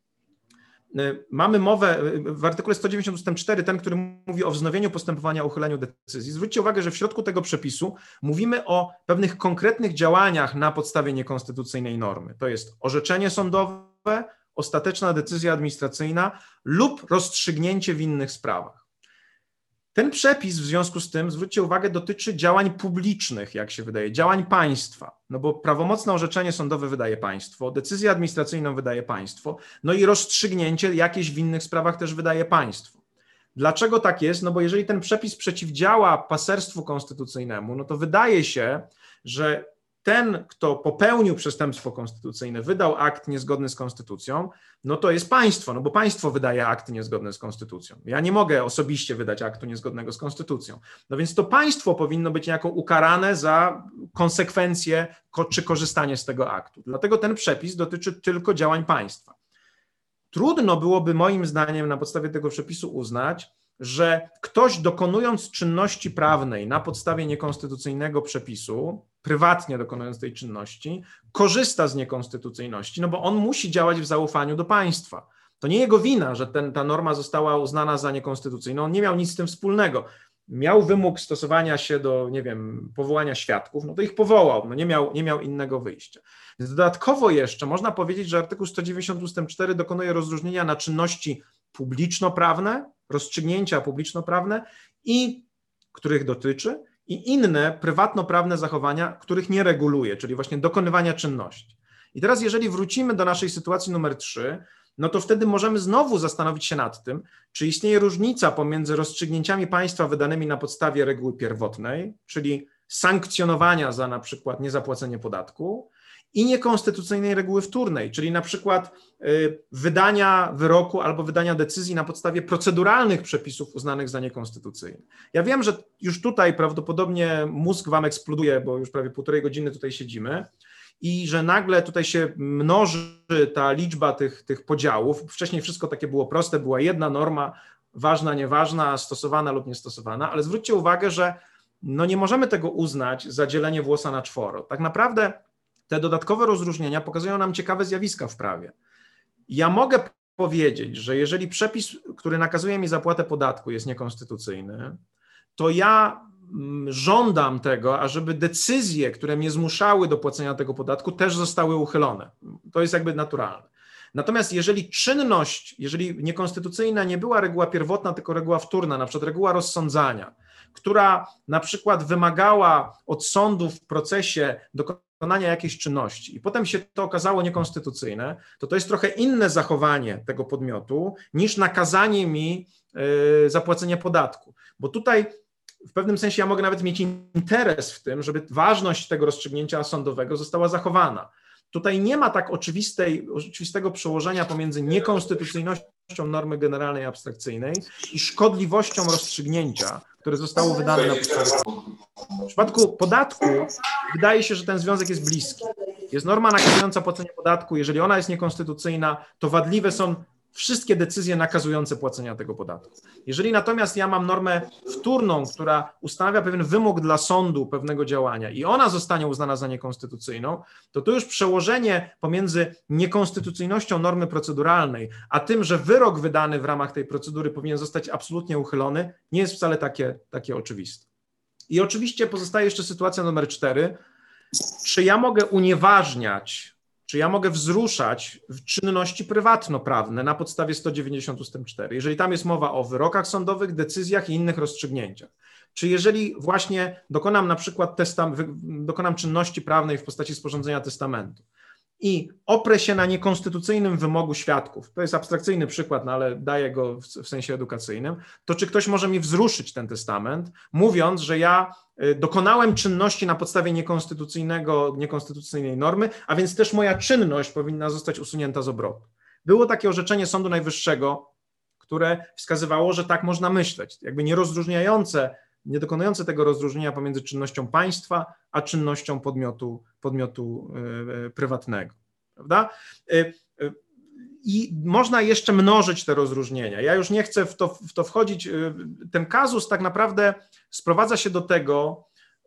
Mamy mowę w artykule sto dziewięćdziesiąt ustęp cztery, ten, który mówi o wznowieniu postępowania o uchyleniu decyzji. Zwróćcie uwagę, że w środku tego przepisu mówimy o pewnych konkretnych działaniach na podstawie niekonstytucyjnej normy. To jest orzeczenie sądowe, ostateczna decyzja administracyjna lub rozstrzygnięcie w innych sprawach. Ten przepis w związku z tym, zwróćcie uwagę, dotyczy działań publicznych, jak się wydaje, działań państwa, no bo prawomocne orzeczenie sądowe wydaje państwo, decyzję administracyjną wydaje państwo, no i rozstrzygnięcie jakieś w innych sprawach też wydaje państwo. Dlaczego tak jest? No bo jeżeli ten przepis przeciwdziała paserstwu konstytucyjnemu, no to wydaje się, że ten, kto popełnił przestępstwo konstytucyjne, wydał akt niezgodny z konstytucją, no to jest państwo, no bo państwo wydaje akty niezgodne z konstytucją. Ja nie mogę osobiście wydać aktu niezgodnego z konstytucją. No więc to państwo powinno być niejako ukarane za konsekwencje czy korzystanie z tego aktu. Dlatego ten przepis dotyczy tylko działań państwa. Trudno byłoby moim zdaniem na podstawie tego przepisu uznać, że ktoś dokonując czynności prawnej na podstawie niekonstytucyjnego przepisu, prywatnie dokonując tej czynności, korzysta z niekonstytucyjności, no bo on musi działać w zaufaniu do państwa. To nie jego wina, że ten, ta norma została uznana za niekonstytucyjną, on nie miał nic z tym wspólnego. Miał wymóg stosowania się do, nie wiem, powołania świadków, no to ich powołał, no nie miał, nie miał innego wyjścia. Więc dodatkowo jeszcze można powiedzieć, że artykuł sto dziewięćdziesiąt ustęp cztery dokonuje rozróżnienia na czynności publiczno-prawne, rozstrzygnięcia publiczno-prawne, i których dotyczy, i inne prywatno-prawne zachowania, których nie reguluje, czyli właśnie dokonywania czynności. I teraz jeżeli wrócimy do naszej sytuacji numer trzy, no to wtedy możemy znowu zastanowić się nad tym, czy istnieje różnica pomiędzy rozstrzygnięciami państwa wydanymi na podstawie reguły pierwotnej, czyli sankcjonowania za na przykład niezapłacenie podatku, i niekonstytucyjnej reguły wtórnej, czyli na przykład y, wydania wyroku albo wydania decyzji na podstawie proceduralnych przepisów uznanych za niekonstytucyjne. Ja wiem, że już tutaj prawdopodobnie mózg wam eksploduje, bo już prawie półtorej godziny tutaj siedzimy i że nagle tutaj się mnoży ta liczba tych, tych podziałów. Wcześniej wszystko takie było proste, była jedna norma, ważna, nieważna, stosowana lub niestosowana, ale zwróćcie uwagę, że no nie możemy tego uznać za dzielenie włosa na czworo. Tak naprawdę te dodatkowe rozróżnienia pokazują nam ciekawe zjawiska w prawie. Ja mogę powiedzieć, że jeżeli przepis, który nakazuje mi zapłatę podatku, jest niekonstytucyjny, to ja żądam tego, ażeby decyzje, które mnie zmuszały do płacenia tego podatku, też zostały uchylone. To jest jakby naturalne. Natomiast jeżeli czynność, jeżeli niekonstytucyjna nie była reguła pierwotna, tylko reguła wtórna, na przykład reguła rozsądzania, która na przykład wymagała od sądu w procesie dokonania jakiejś czynności i potem się to okazało niekonstytucyjne, to to jest trochę inne zachowanie tego podmiotu niż nakazanie mi y, zapłacenia podatku. Bo tutaj w pewnym sensie ja mogę nawet mieć interes w tym, żeby ważność tego rozstrzygnięcia sądowego została zachowana. Tutaj nie ma tak oczywistej, oczywistego przełożenia pomiędzy niekonstytucyjnością normy generalnej abstrakcyjnej i szkodliwością rozstrzygnięcia, które zostało wydane na podstawie. W przypadku podatku wydaje się, że ten związek jest bliski. Jest norma nakazująca płacenie podatku, jeżeli ona jest niekonstytucyjna, to wadliwe są wszystkie decyzje nakazujące płacenia tego podatku. Jeżeli natomiast ja mam normę wtórną, która ustanawia pewien wymóg dla sądu pewnego działania i ona zostanie uznana za niekonstytucyjną, to to już przełożenie pomiędzy niekonstytucyjnością normy proceduralnej, a tym, że wyrok wydany w ramach tej procedury powinien zostać absolutnie uchylony, nie jest wcale takie, takie oczywiste. I oczywiście pozostaje jeszcze sytuacja numer cztery. Czy ja mogę unieważniać czy ja mogę wzruszać czynności prywatnoprawne na podstawie sto dziewięćdziesiąt ustęp cztery, jeżeli tam jest mowa o wyrokach sądowych, decyzjach i innych rozstrzygnięciach. Czy jeżeli właśnie dokonam na przykład testam, dokonam czynności prawnej w postaci sporządzenia testamentu i oprę się na niekonstytucyjnym wymogu świadków, to jest abstrakcyjny przykład, no ale daję go w, w sensie edukacyjnym, to czy ktoś może mi wzruszyć ten testament, mówiąc, że ja dokonałem czynności na podstawie niekonstytucyjnego, niekonstytucyjnej normy, a więc też moja czynność powinna zostać usunięta z obrotu. Było takie orzeczenie Sądu Najwyższego, które wskazywało, że tak można myśleć, jakby nie rozróżniające, nie dokonujące tego rozróżnienia pomiędzy czynnością państwa, a czynnością podmiotu, podmiotu yy, prywatnego, prawda? Yy, yy, I można jeszcze mnożyć te rozróżnienia. Ja już nie chcę w to, w to wchodzić. Ten kazus tak naprawdę sprowadza się do tego,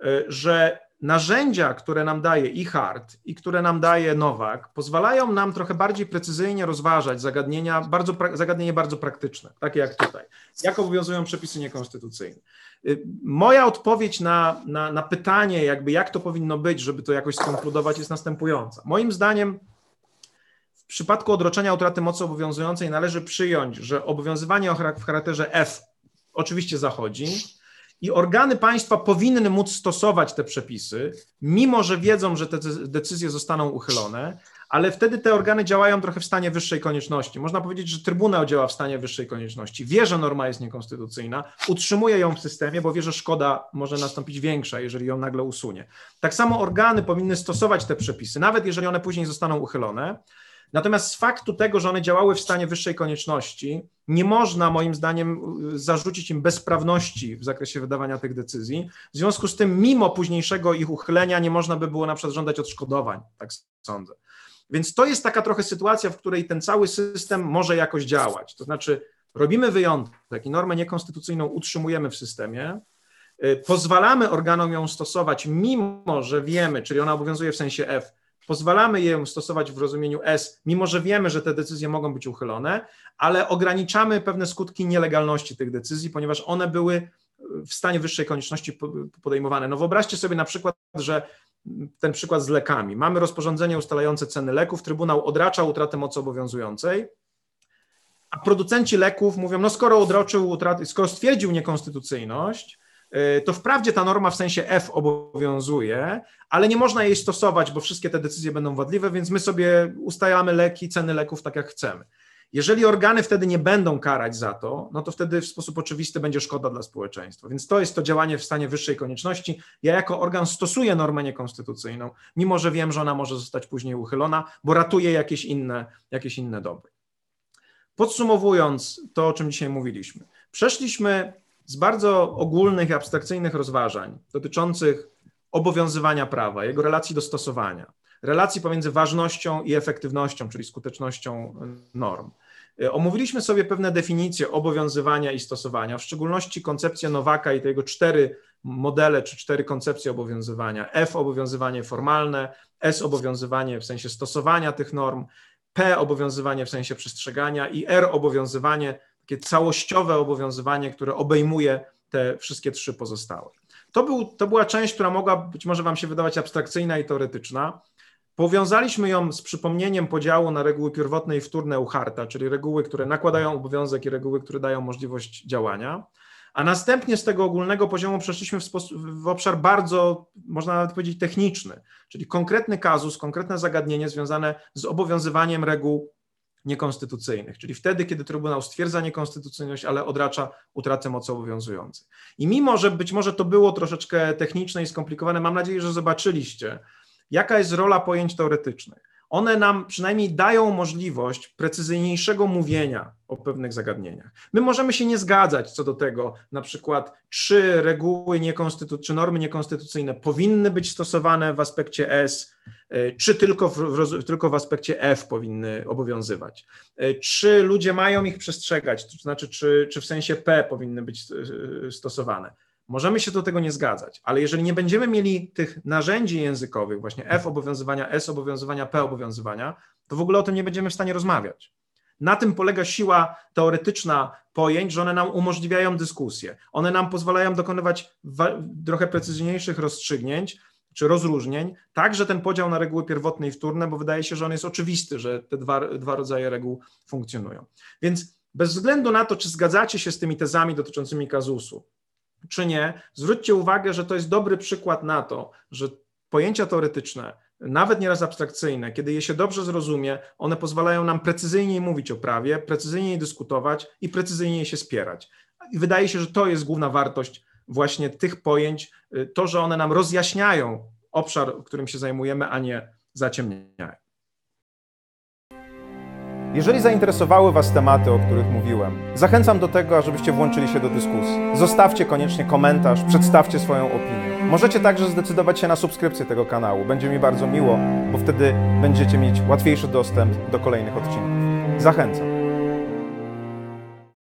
że narzędzia, które nam daje i Hart, i które nam daje Nowak, pozwalają nam trochę bardziej precyzyjnie rozważać zagadnienia, bardzo, zagadnienie bardzo praktyczne, takie jak tutaj. Jak obowiązują przepisy niekonstytucyjne? Moja odpowiedź na, na, na pytanie, jakby jak to powinno być, żeby to jakoś skonkludować, jest następująca. Moim zdaniem w przypadku odroczenia utraty mocy obowiązującej należy przyjąć, że obowiązywanie w charakterze F oczywiście zachodzi i organy państwa powinny móc stosować te przepisy, mimo że wiedzą, że te decyzje zostaną uchylone, ale wtedy te organy działają trochę w stanie wyższej konieczności. Można powiedzieć, że Trybunał działa w stanie wyższej konieczności. Wie, że norma jest niekonstytucyjna, utrzymuje ją w systemie, bo wie, że szkoda może nastąpić większa, jeżeli ją nagle usunie. Tak samo organy powinny stosować te przepisy, nawet jeżeli one później zostaną uchylone. Natomiast z faktu tego, że one działały w stanie wyższej konieczności, nie można moim zdaniem zarzucić im bezprawności w zakresie wydawania tych decyzji. W związku z tym, mimo późniejszego ich uchylenia, nie można by było na przykład żądać odszkodowań, tak sądzę. Więc to jest taka trochę sytuacja, w której ten cały system może jakoś działać. To znaczy robimy wyjątek i normę niekonstytucyjną utrzymujemy w systemie, pozwalamy organom ją stosować, mimo że wiemy, czyli ona obowiązuje w sensie F, pozwalamy ją stosować w rozumieniu S, mimo że wiemy, że te decyzje mogą być uchylone, ale ograniczamy pewne skutki nielegalności tych decyzji, ponieważ one były w stanie wyższej konieczności podejmowane. No wyobraźcie sobie na przykład, że ten przykład z lekami. Mamy rozporządzenie ustalające ceny leków, Trybunał odracza utratę mocy obowiązującej, a producenci leków mówią, no skoro odroczył utratę, skoro stwierdził niekonstytucyjność, to wprawdzie ta norma w sensie F obowiązuje, ale nie można jej stosować, bo wszystkie te decyzje będą wadliwe, więc my sobie ustalamy leki, ceny leków tak jak chcemy. Jeżeli organy wtedy nie będą karać za to, no to wtedy w sposób oczywisty będzie szkoda dla społeczeństwa. Więc to jest to działanie w stanie wyższej konieczności. Ja jako organ stosuję normę niekonstytucyjną, mimo że wiem, że ona może zostać później uchylona, bo ratuje jakieś inne, jakieś inne dobro. Podsumowując to, o czym dzisiaj mówiliśmy, przeszliśmy z bardzo ogólnych i abstrakcyjnych rozważań dotyczących obowiązywania prawa, jego relacji do stosowania, relacji pomiędzy ważnością i efektywnością, czyli skutecznością norm. Omówiliśmy sobie pewne definicje obowiązywania i stosowania, w szczególności koncepcję Nowaka i te jego cztery modele czy cztery koncepcje obowiązywania. F obowiązywanie formalne, S obowiązywanie w sensie stosowania tych norm, P obowiązywanie w sensie przestrzegania i R obowiązywanie, takie całościowe obowiązywanie, które obejmuje te wszystkie trzy pozostałe. To, był, to była część, która mogła być może wam się wydawać abstrakcyjna i teoretyczna. Powiązaliśmy ją z przypomnieniem podziału na reguły pierwotne i wtórne u Harta, czyli reguły, które nakładają obowiązek i reguły, które dają możliwość działania. A następnie z tego ogólnego poziomu przeszliśmy w, sposób, w obszar bardzo, można nawet powiedzieć, techniczny, czyli konkretny kazus, konkretne zagadnienie związane z obowiązywaniem reguł niekonstytucyjnych, czyli wtedy, kiedy Trybunał stwierdza niekonstytucyjność, ale odracza utratę mocy obowiązującej. I mimo, że być może to było troszeczkę techniczne i skomplikowane, mam nadzieję, że zobaczyliście, jaka jest rola pojęć teoretycznych. One nam przynajmniej dają możliwość precyzyjniejszego mówienia o pewnych zagadnieniach. My możemy się nie zgadzać co do tego, na przykład, czy reguły niekonstytu- czy normy niekonstytucyjne powinny być stosowane w aspekcie S, czy tylko w, tylko w aspekcie F powinny obowiązywać. Czy ludzie mają ich przestrzegać, to znaczy, czy, czy w sensie P powinny być stosowane. Możemy się do tego nie zgadzać, ale jeżeli nie będziemy mieli tych narzędzi językowych, właśnie F obowiązywania, S obowiązywania, P obowiązywania, to w ogóle o tym nie będziemy w stanie rozmawiać. Na tym polega siła teoretyczna pojęć, że one nam umożliwiają dyskusję. One nam pozwalają dokonywać trochę precyzyjniejszych rozstrzygnięć, czy rozróżnień, także ten podział na reguły pierwotne i wtórne, bo wydaje się, że on jest oczywisty, że te dwa, dwa rodzaje reguł funkcjonują. Więc bez względu na to, czy zgadzacie się z tymi tezami dotyczącymi kazusu, czy nie, zwróćcie uwagę, że to jest dobry przykład na to, że pojęcia teoretyczne, nawet nieraz abstrakcyjne, kiedy je się dobrze zrozumie, one pozwalają nam precyzyjniej mówić o prawie, precyzyjniej dyskutować i precyzyjniej się spierać. I wydaje się, że to jest główna wartość właśnie tych pojęć, to, że one nam rozjaśniają obszar, którym się zajmujemy, a nie zaciemniają. Jeżeli zainteresowały Was tematy, o których mówiłem, zachęcam do tego, ażebyście włączyli się do dyskusji. Zostawcie koniecznie komentarz, przedstawcie swoją opinię. Możecie także zdecydować się na subskrypcję tego kanału. Będzie mi bardzo miło, bo wtedy będziecie mieć łatwiejszy dostęp do kolejnych odcinków. Zachęcam.